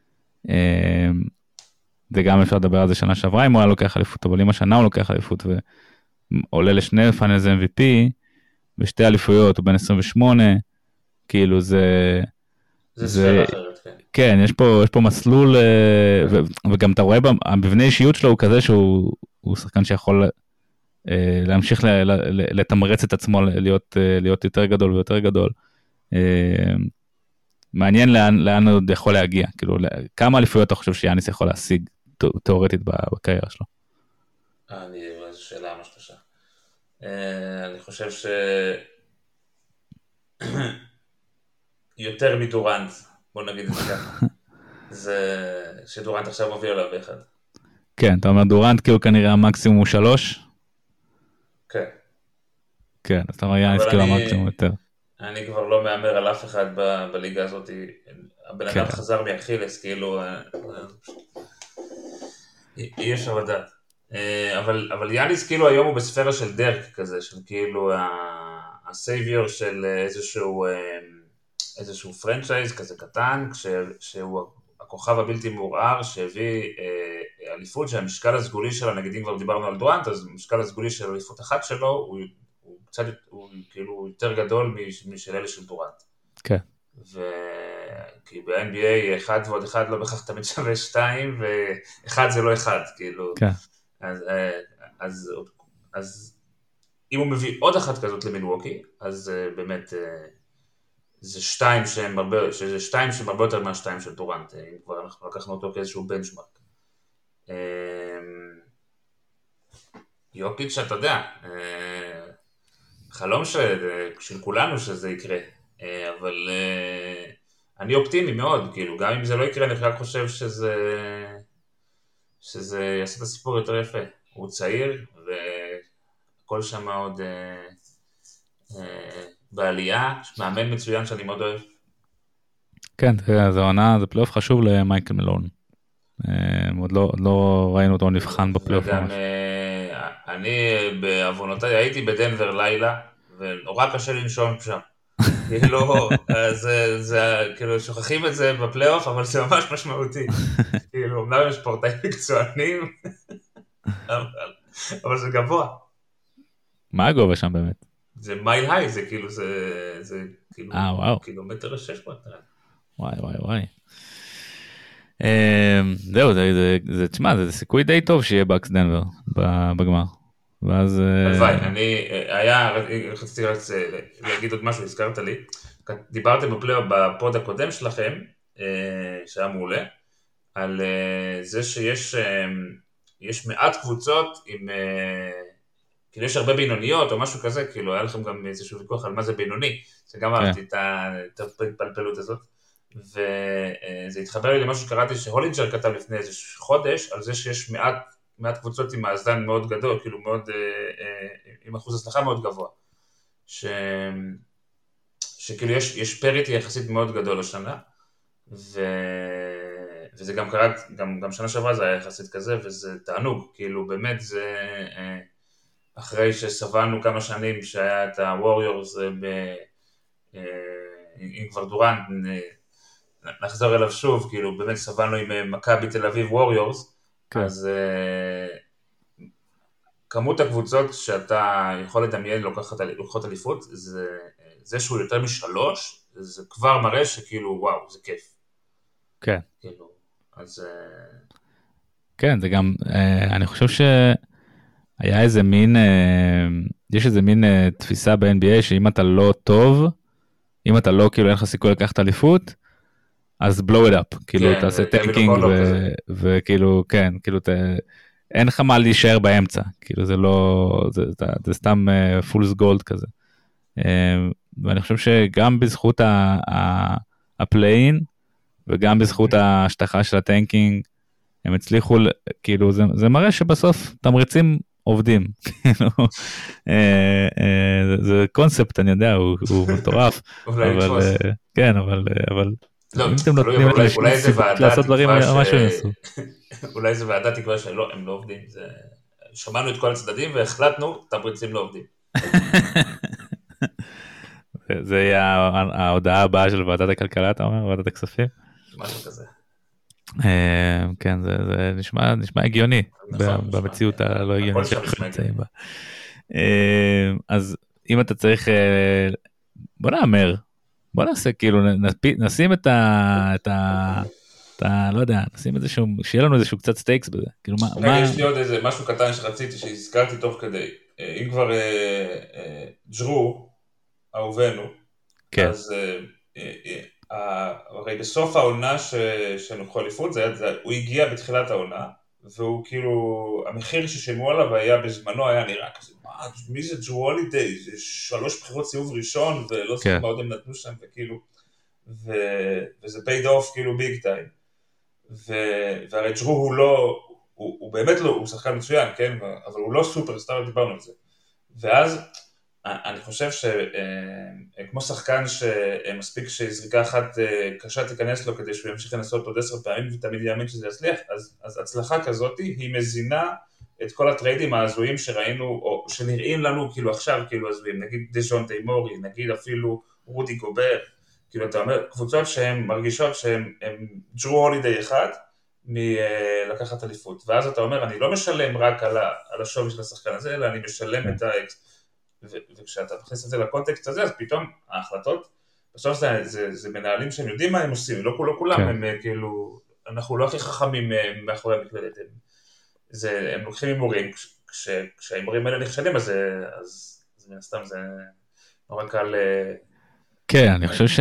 זה גם אפשר לדבר על זה שנה שעברה, אם הוא היה לוקח אליפות, אבל אם השנה הוא לוקח אליפות, ועולה לשני פאנלס MVP, ושתי אליפויות, הוא בן 28, כאילו זה ספירה אחרת, כן. כן, יש פה מסלול, וגם אתה רואה, המבנה אישיות שלו הוא כזה, שהוא שחקן שיכול להמשיך לתמרץ את עצמו להיות יותר גדול ויותר גדול. מעניין לאן עוד יכול להגיע, כאילו כמה אליפויות אתה חושב שיאניס יכול להשיג תיאורטית בקריירה שלו? זו שאלה ממש קשה. אני חושב יותר מדורנט, בוא נגיד את זה ככה, זה שדורנט עכשיו מוביל עליו באחד. כן, אתה אומר דורנט כאילו כנראה המקסימום הוא 3? כן. כן, אז אתה אומר יאניס כאילו המקסימום יותר. אני כבר לא מאמר על אף אחד בליגה הזאת, הבן אדם חזר מאכילס, כאילו, אי אפשר לדעת. אבל יאניס כאילו היום הוא בספירה של דרק כזה, של כאילו הסייביור של איזשהו פרנצ'ייז כזה קטן, שהוא הכוכב הבלתי מעורער שהביא אליפות שהמשקל הסגולי שלה, נגיד אם כבר דיברנו על דורנט, אז המשקל הסגולי של אליפות אחת שלו הוא כאילו יותר גדול משל אלה של דורנט. כן. כי ב-NBA 1 ועוד 1 לא בכך תמיד שווה 2, ו1 זה לא 1, כאילו. כן. אז אם הוא מביא עוד אחת כזאת למילווקי, אז באמת זה 2 שהם הרבה יותר מה-2 של דורנט, אם כבר אנחנו לקחנו אותו כאיזשהו בנצ'מרק. יוקיץ', אתה יודע, חלום של כולנו שזה יקרה, אבל אני אופטימי מאוד, כאילו, גם אם זה לא יקרה, אני רק חושב שזה יעשה את הסיפור יותר יפה. הוא צעיר, וכל שם עוד בעלייה, מאמן מצוין שאני מאוד אוהב. כן, זה עונה, זה פלייאוף חשוב למייקל מלון. עוד לא ראינו אותו נבחן בפלייאוף וגם ממש. אני בעוונותיי הייתי בדנבר לילה, ונורא קשה לנשום שם. כאילו, כאילו שוכחים את זה בפלייאוף, אבל זה ממש משמעותי. כאילו, אמנם יש ספורטאים מקצוענים, אבל זה גבוה. מה הגובה שם באמת? זה מייל היי, זה כאילו, זה כאילו, וואו. קילומטר ל-600. וואי. זהו, תשמע, זה סיכוי די טוב שיהיה בקס דנבר בגמר. ואז... הלוואי, רציתי רק להגיד עוד משהו, הזכרת לי. דיברתם בפוד הקודם שלכם, שהיה מעולה, על זה שיש מעט קבוצות עם... כאילו יש הרבה בינוניות או משהו כזה, כאילו היה לכם גם איזשהו ויכוח על מה זה בינוני, שגם אהבתי את הפלפלות הזאת, וזה התחבר לי למשהו שקראתי שהולינג'ר כתב לפני איזה חודש, על זה שיש מעט קבוצות עם מאזן מאוד גדול, כאילו מאוד, עם אחוז הצלחה מאוד גבוה, שכאילו יש פריטי יחסית מאוד גדול השנה, וזה גם קרה, גם שנה שעברה זה היה יחסית כזה, וזה תענוג, כאילו באמת זה... אחרי שסבלנו כמה שנים שהיה את הווריורס, אם כבר דורנט, נחזור אליו שוב, כאילו באמת סבלנו עם מכבי תל אביב ווריורס, אז כמות הקבוצות שאתה יכול לדמיין לוקחות אליפות, זה שהוא יותר משלוש, זה כבר מראה שכאילו וואו, זה כיף. כן. כאילו, אז... כן, זה גם, אני חושב ש... היה איזה מין, יש איזה מין תפיסה ב-NBA שאם אתה לא טוב, אם אתה לא, כאילו אין לך סיכוי לקחת אליפות, אז blow it up, כאילו תעשה טנקינג וכאילו, כן, כאילו אין לך מה להישאר באמצע, כאילו זה לא, זה סתם פולס גולד כזה. ואני חושב שגם בזכות הפליין, וגם בזכות ההשטחה של הטנקינג, הם הצליחו, כאילו זה מראה שבסוף תמריצים עובדים, זה קונספט, אני יודע, הוא מטורף, כן, אבל אם אתם נותנים לאנשים לעשות דברים, משהו יעשו. אולי זה ועדה תקווה שלא, הם לא עובדים, שמענו את כל הצדדים והחלטנו, תמריצים לא עובדים. זה יהיה ההודעה הבאה של ועדת הכלכלה, אתה אומר, ועדת הכספים? משהו כזה. כן, זה נשמע הגיוני במציאות הלא הגיונית שאנחנו נמצאים בה. אז אם אתה צריך, בוא נאמר, בוא נעשה כאילו, נשים את ה... לא יודע, נשים איזשהו, שיהיה לנו איזשהו קצת סטייקס בזה. יש לי עוד איזה משהו קטן שרציתי, שהזכרתי תוך כדי. אם כבר ג'רו, אהובנו, אז... הרי בסוף העונה שנלקחו אליפות, הוא הגיע בתחילת העונה, והוא כאילו, המחיר ששילמו עליו היה בזמנו, היה נראה כזה, מי זה ג'רו הולידיי? זה 3 בחירות סיבוב ראשון, ולא זוכר מה עוד הם נתנו שם, וכאילו, וזה paid off כאילו ביג טיים. והרי ג'רו הוא לא, הוא באמת לא, הוא שחקן מצוין, כן? אבל הוא לא סופרסטאר, דיברנו על זה. ואז, אני חושב שכמו שחקן שמספיק שזריקה אחת קשה תיכנס לו כדי שהוא ימשיך לנסות עוד 10 פעמים ותמיד יאמין שזה יצליח, אז הצלחה כזאת היא מזינה את כל הטריידים ההזויים שראינו, או שנראים לנו כאילו עכשיו כאילו הזויים, נגיד דז'ונטה מורי, נגיד אפילו רודי גובר, כאילו אתה אומר, קבוצות שהן מרגישות שהן ג'רו הולידיי אחד מלקחת אליפות, ואז אתה אומר, אני לא משלם רק על השווי של השחקן הזה, אלא אני משלם את האקס. וכשאתה מכניס את זה לקונטקסט הזה, אז פתאום ההחלטות, בסוף זה מנהלים שהם יודעים מה הם עושים, לא כולם הם כאילו, אנחנו לא הכי חכמים מאחורי המקלדת, הם לוקחים הימורים, כשההימורים האלה נכשלים, אז מן הסתם זה נורא קל... כן, אני חושב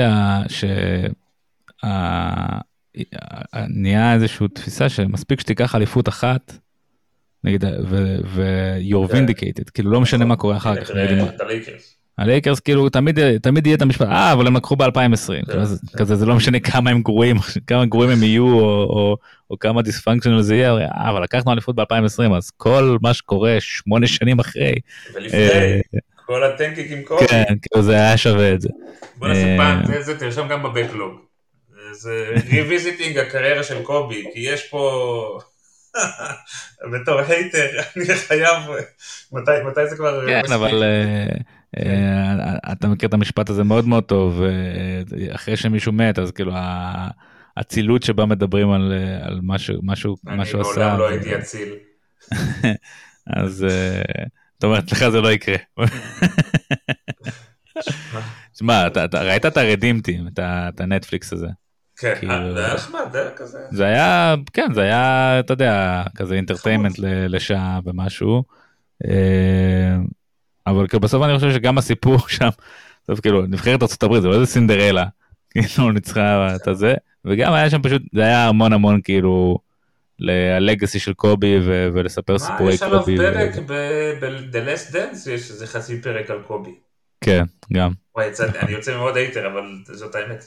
נהיה איזושהי תפיסה שמספיק שתיקח אליפות אחת, נגיד, ו-you're vindicated, כאילו לא משנה מה קורה אחר כך. את הלייקרס. הלייקרס כאילו תמיד יהיה את המשפט, אבל הם לקחו ב-2020, כזה זה לא משנה כמה הם גרועים, כמה גרועים הם יהיו, או כמה דיספונקשיונל זה יהיה, אבל לקחנו אליפות ב-2020, אז כל מה שקורה 8 שנים אחרי. ולפני, כל הטנקיק עם קובי. כן, כאילו זה היה שווה את זה. בוא נעשה פעם, זה תרשום גם בבקלוג. זה ריוויזיטינג הקריירה של קובי, כי יש פה... בתור הייטר, אני חייב, מתי זה כבר... כן, אבל אתה מכיר את המשפט הזה מאוד מאוד טוב, אחרי שמישהו מת, אז כאילו הצילות שבה מדברים על משהו עשה. אני מעולם לא הייתי אציל. אז זאת אומרת, לך זה לא יקרה. שמע, אתה ראית את הרדימטים, את הנטפליקס הזה. כן, זה היה נחמד, זה היה כזה. זה היה, כן, זה היה, אתה יודע, כזה אינטרטיימנט לשעה ומשהו. אבל בסוף אני חושב שגם הסיפור שם, טוב, כאילו, נבחרת ארצות הברית, זה לא איזה סינדרלה, כאילו, ניצחה את הזה, וגם היה שם פשוט, זה היה המון כאילו, ללגאסי של קובי, ולספר סיפורי קובי. מה, יש עליו פרק ב-The Last Dance, יש איזה חצי פרק על קובי. כן, גם. וואי, אני יוצא מאוד הייטר, אבל זאת האמת.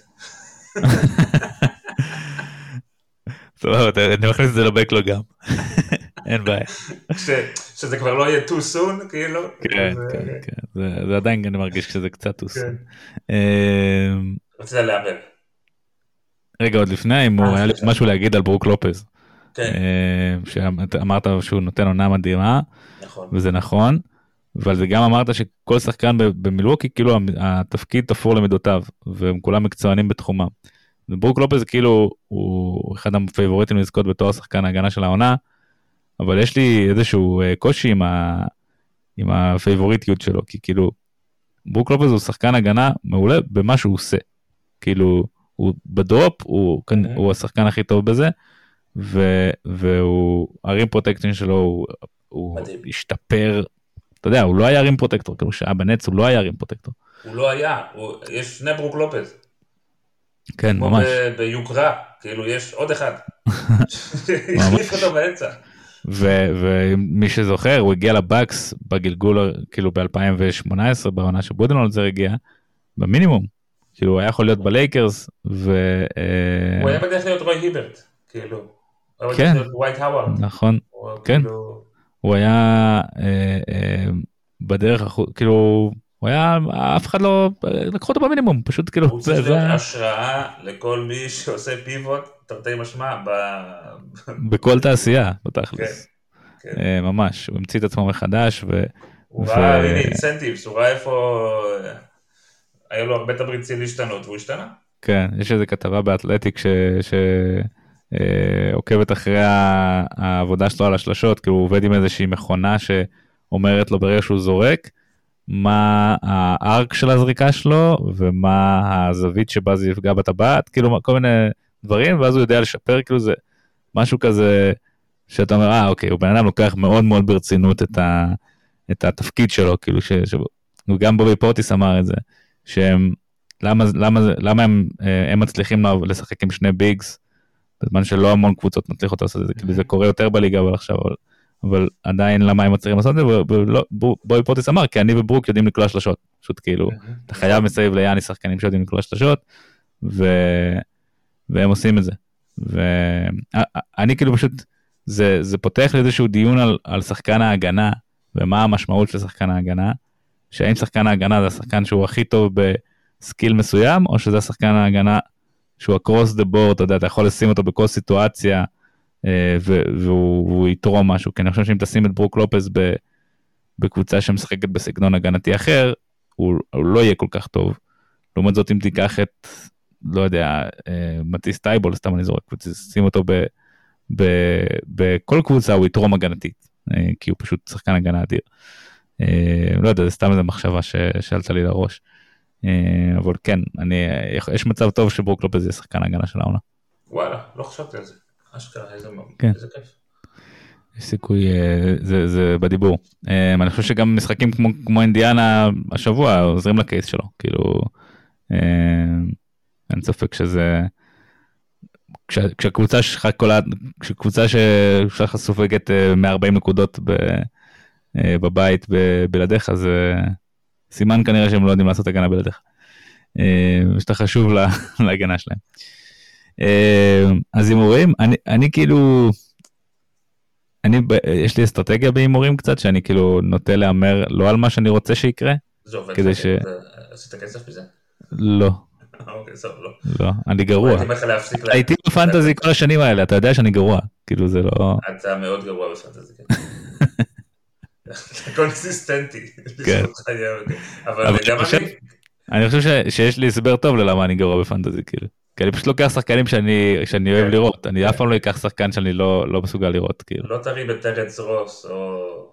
טוב, אני מכניס את זה לבקלוג גם. אין בעיה. שזה כבר לא יהיה too soon, כאילו. כן, כן. זה עדיין אני מרגיש שזה קצת too soon. רצית להעבר. רגע, עוד לפני, אם היה לי משהו להגיד על ברוק לופז. כן. שאמרת שהוא נותן עונה מדהימה. נכון. וזה נכון. אבל זה גם אמרת שכל שחקן במילווקי, כאילו התפקיד תפור למידותיו, והם כולם מקצוענים בתחומם. וברוק לופז כאילו הוא אחד הפייבוריטים לזכות בתואר שחקן ההגנה של העונה, אבל יש לי איזשהו קושי עם הפייבוריטיות שלו, כי כאילו ברוק לופז הוא שחקן הגנה מעולה במה שהוא עושה. כאילו הוא בדרופ, הוא השחקן הכי טוב בזה, והוא הרים פרוטקשן שלו, הוא השתפר. אתה יודע, הוא לא היה רים פרוטקטור, כאילו שעה בנץ הוא לא היה רים פרוטקטור. הוא לא היה, יש שני ברוק לופז. כן, ממש. ביוקרה, כאילו יש עוד אחד. החליף אותו באמצע. ומי שזוכר, הוא הגיע לבאקס בגלגול, כאילו ב-2018, בעונה שבודנולדזר הגיע, במינימום. כאילו הוא היה יכול להיות בלייקרס, הוא היה בדרך להיות רוי היברט, כאילו. כן, ווייט האווארד. נכון, כן. הוא היה בדרך, כאילו, הוא היה, אף אחד לא, לקחו אותו במינימום, פשוט כאילו. הוא צריך להיות השראה לכל מי שעושה פיבוט, תרתי משמע, בכל תעשייה, בתכלס. ממש, הוא המציא את עצמו מחדש. הוא ראה, הנה, אינסנטיבס, הוא ראה איפה, היה לו הרבה תמריצים להשתנות, והוא השתנה. כן, יש איזו כתבה באתלטיק עוקבת אחרי העבודה שלו על השלשות, כי הוא עובד עם איזושהי מכונה שאומרת לו ברגע שהוא זורק, מה הארק של הזריקה שלו, ומה הזווית שבה זה יפגע בטבעת, כאילו כל מיני דברים, ואז הוא יודע לשפר, כאילו זה משהו כזה, שאתה אומר, אוקיי, הוא בן אדם לוקח מאוד מאוד ברצינות את התפקיד שלו, כאילו גם בובי פורטיס אמר את זה, שהם, למה הם מצליחים לשחק עם שני ביגס, בזמן שלא המון קבוצות מצליחות לעשות את זה, כאילו זה קורה יותר בליגה אבל עכשיו, אבל עדיין למה הם מצליחים לעשות את זה, בוי פורטיס אמר, כי אני וברוק יודעים לקלוע שלשות, פשוט כאילו, אתה חייב מסביב ליאני שחקנים שיודעים לקלוע שלשות, והם עושים את זה, ואני כאילו פשוט, זה פותח לי איזשהו דיון על שחקן ההגנה, ומה המשמעות של שחקן ההגנה, שהאם שחקן ההגנה זה השחקן שהוא הכי טוב בסקיל מסוים, או שזה השחקן ההגנה שהוא across the board, אתה יודע, אתה יכול לשים אותו בכל סיטואציה, והוא יתרום משהו, כי אני חושב שאם תשים את ברוק לופז בקבוצה שמשחקת בסגנון הגנתי אחר, הוא לא יהיה כל כך טוב. לעומת זאת, אם תיקח את, לא יודע, מטיס טייבול, סתם אני זורק, ותשים אותו בכל קבוצה, הוא יתרום הגנתית, כי הוא פשוט שחקן הגנה אדיר. לא יודע, זה סתם איזו מחשבה ששאלת לי לראש. אבל כן, יש מצב טוב שברוק לופז יהיה שחקן הגנה של העונה. וואלה, לא חשבתי על זה. אשכרה, איזה כיף. יש סיכוי, זה בדיבור. אני חושב שגם משחקים כמו אינדיאנה השבוע עוזרים לקייס שלו, כאילו, אין ספק שזה, כשהקבוצה שלך כשקבוצה שלך סופגת 140 נקודות בבית בלעדיך, אז סימן כנראה שהם לא יודעים לעשות הגנה בלעדיך. שאתה חשוב להגנה שלהם. אז הימורים, אני כאילו, יש לי אסטרטגיה בהימורים קצת, שאני כאילו נוטה להמר לא על מה שאני רוצה שיקרה. זה עובד, עשית כסף בזה? לא. אוקיי, טוב, לא. לא, אני גרוע. הייתי בפנטזי כל השנים האלה, אתה יודע שאני גרוע, כאילו זה לא... אתה מאוד גרוע בפנטזי, כן. קונסיסטנטי. כן. אבל גם אני חושב שיש לי הסבר טוב ללמה אני גרוע בפנטזי, כאילו. כי אני פשוט לוקח שחקנים שאני אוהב לראות, אני אף פעם לא אקח שחקן שאני לא מסוגל לראות, כאילו. לא תרים את טרנס רוס או...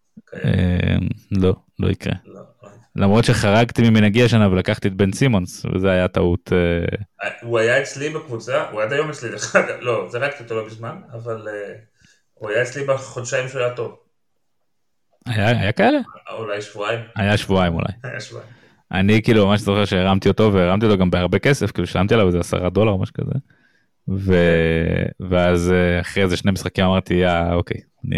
לא יקרה. למרות שחרגתי ממנהגי השנה ולקחתי את בן סימונס, וזה היה טעות. הוא היה אצלי בקבוצה, הוא עד היום אצלי, לא, זרקתי אותו לא בזמן, אבל הוא היה אצלי בחודשיים שהוא היה טוב. היה כאלה? אולי שבועיים. היה שבועיים אולי. היה שבועיים. אני כאילו ממש זוכר שהרמתי אותו, והרמתי אותו גם בהרבה כסף, כאילו שלמתי עליו איזה $10 או משהו כזה. ואז אחרי איזה 2 משחקים אמרתי, אוקיי,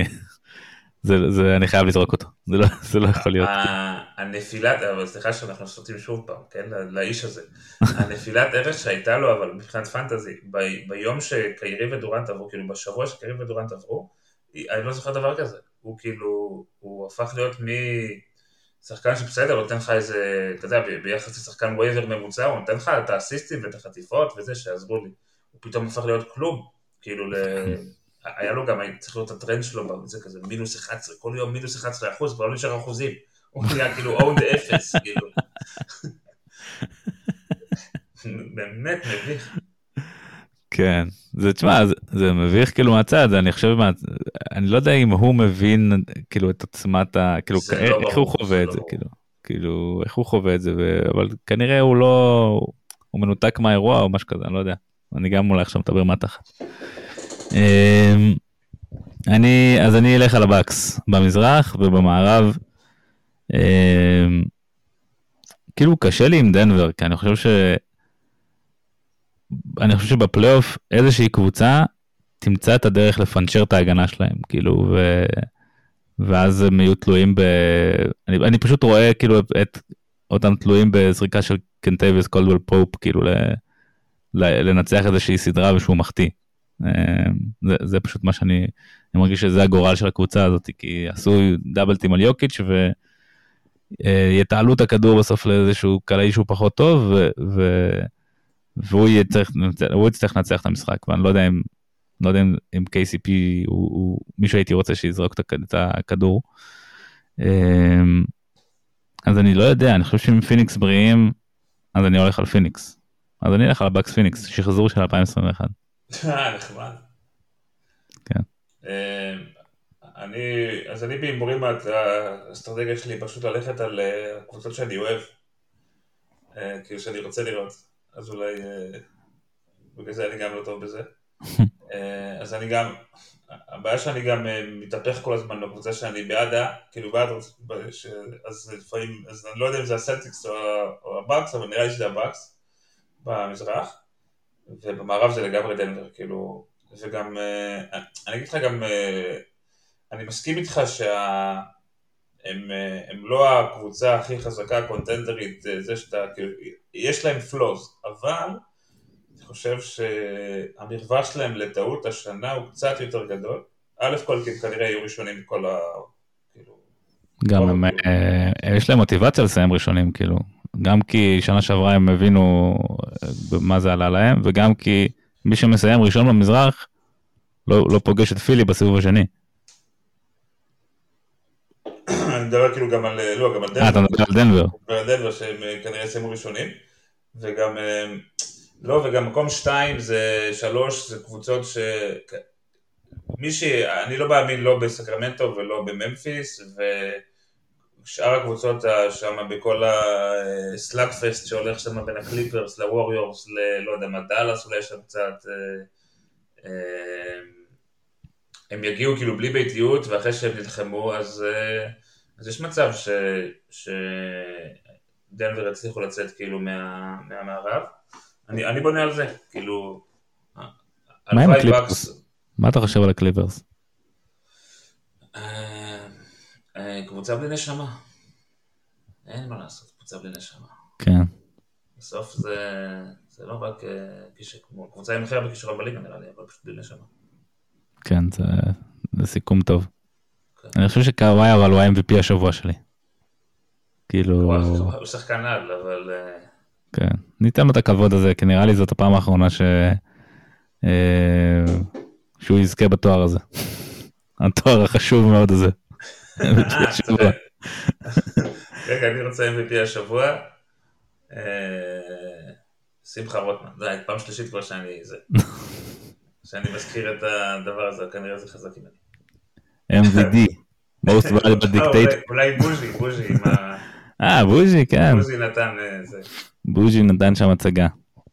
אני חייב לזרוק אותו, זה לא יכול להיות. הנפילת, אבל סליחה שאנחנו סוטים שוב פעם, כן, לאיש הזה. הנפילת ערך שהייתה לו, אבל מבחינת פנטזי, ביום שקיירי ודורנט עברו, כאילו בשבוע שקיירי ודורנט עברו, אני לא זוכר דבר כזה. הוא כאילו, הוא הפך להיות שחקן שבסדר, נותן לך איזה, אתה יודע, ביחס לשחקן ווייבר ממוצע, הוא נותן לך את האסיסטים ואת החטיפות וזה שעזרו לי. הוא פתאום הפך להיות כלום, כאילו היה לו גם, צריך להיות הטרנד שלו, זה כזה מינוס 11, כל יום מינוס 11%, כבר לא נשאר אחוזים. הוא היה כאילו אונד 0, כאילו. באמת מביך. כן, תשמע, זה מביך כאילו מהצד, אני חושב, אני לא יודע אם הוא מבין כאילו את עוצמת כאילו, איך הוא חווה את זה, כאילו, איך הוא חווה את זה, אבל כנראה הוא לא, הוא מנותק מהאירוע או משהו כזה, אני לא יודע, אני גם אולי עכשיו מדבר מהתחת. אז אני אלך על הבקס, במזרח ובמערב, כאילו קשה לי עם דנבר, כי אני חושב שבפלייאוף איזושהי קבוצה תמצא את הדרך לפנצ'ר את ההגנה שלהם, כאילו, ואז הם יהיו תלויים אני פשוט רואה כאילו אותם תלויים בזריקה של קנטייביס קולדוול פופ, כאילו לנצח איזושהי סדרה ושהוא מחטיא. זה פשוט מה שאני מרגיש שזה הגורל של הקבוצה הזאת, כי עשו דאבלטים על יוקיץ' ויתעלו את הכדור בסוף לאיזשהו קלעי שהוא פחות טוב, והוא יצטרך לנצח את המשחק, ואני לא יודע אם KCP הוא מישהו הייתי רוצה שיזרוק את הכדור. אז אני לא יודע, אני חושב שאם פיניקס בריאים, אז אני הולך על פיניקס. אז אני אלך על הבקס פיניקס, שחזור של 2021. נחמד. כן. אז אני בהימורים, האסטרטגיה שלי פשוט ללכת על הקבוצות שאני אוהב, כאילו שאני רוצה לראות, אז אולי בגלל זה אני גם לא טוב בזה. אז אני גם, הבעיה שאני גם מתהפך כל הזמן בקבוצה שאני בעדה, כאילו בעד, אז לפעמים, אז אני לא יודע אם זה הסלטיקס או הבקס, אבל נראה לי שזה הבקס במזרח, ובמערב זה לגמרי דנבר, כאילו, וגם, אני אגיד לך גם, אני מסכים איתך הם לא הקבוצה הכי חזקה, הקונטנדרית, זה שאתה, כאילו, יש להם פלוז, אבל אני חושב שהמרווח שלהם לטעות השנה הוא קצת יותר גדול. א' כל כי כנראה יהיו ראשונים כל כאילו... גם יש להם מוטיבציה לסיים ראשונים, כאילו. גם כי שנה שעברה הם הבינו מה זה עלה להם, וגם כי מי שמסיים ראשון במזרח, לא פוגש את פילי בסיבוב השני. אני מדבר כאילו גם על דנבר. אתה מדבר על דנבר. על דנבר שהם כנראה סיימו ראשונים, וגם... לא, וגם מקום 2 זה 3, זה קבוצות אני לא מאמין לא בסקרמנטו ולא בממפיס, ושאר הקבוצות שם בכל הסלאגפסט שהולך שם בין הקליפרס לווריורס, לא יודע מה, דאלאס אולי יש שם קצת, הם יגיעו כאילו בלי ביתיות, ואחרי שהם נלחמו, אז יש מצב שדנבר הצליחו לצאת כאילו מהמערב. אני בונה על זה, כאילו, מה עם הלוואי הקליפרס? בקס, מה אתה חושב על הקליפרס? קבוצה בלי נשמה, אין מה לעשות, קבוצה בלי נשמה. כן, בסוף זה לא רק כמו קבוצה עם הכי הרבה כישרון בליגה נראה לי, אבל פשוט בלי נשמה. כן, זה סיכום טוב. כן. אני חושב שקאוואי אבל הוא ה-MVP השבוע שלי. כאילו... הוא שחקן על, אבל... כן, ניתן לו את הכבוד הזה, כי נראה לי זאת הפעם האחרונה שהוא יזכה בתואר הזה. התואר החשוב מאוד הזה. רגע, אני רוצה MVP השבוע. שמחה רוטמן. זה פעם שלישית כבר שאני מזכיר את הדבר הזה, כנראה זה חזק ממני. MVD, Most Valuable Dictator. אולי בוז'י. בוז'י, כן. בוז'י נתן זה. בוז'י נתן שם הצגה.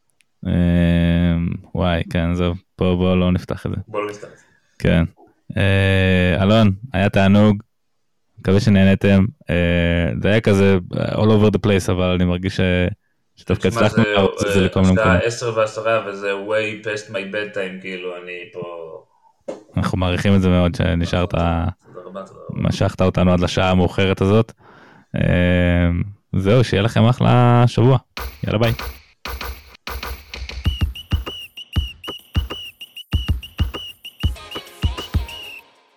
וואי, כן, זהו, פה בואו לא נפתח את זה. בואו לא נפתח את זה. כן. אלון, היה תענוג, מקווה שנהנתם. זה היה כזה all over the place, אבל אני מרגיש שדווקא הצלחנו להוציא את זה לכל מיני מקומות. השעה 10:10 וזה way past my bedtime, כאילו אני פה... אנחנו מעריכים את זה מאוד שנשארת, משכת אותנו עד לשעה המאוחרת הזאת. זהו, שיהיה לכם אחלה שבוע. יאללה ביי.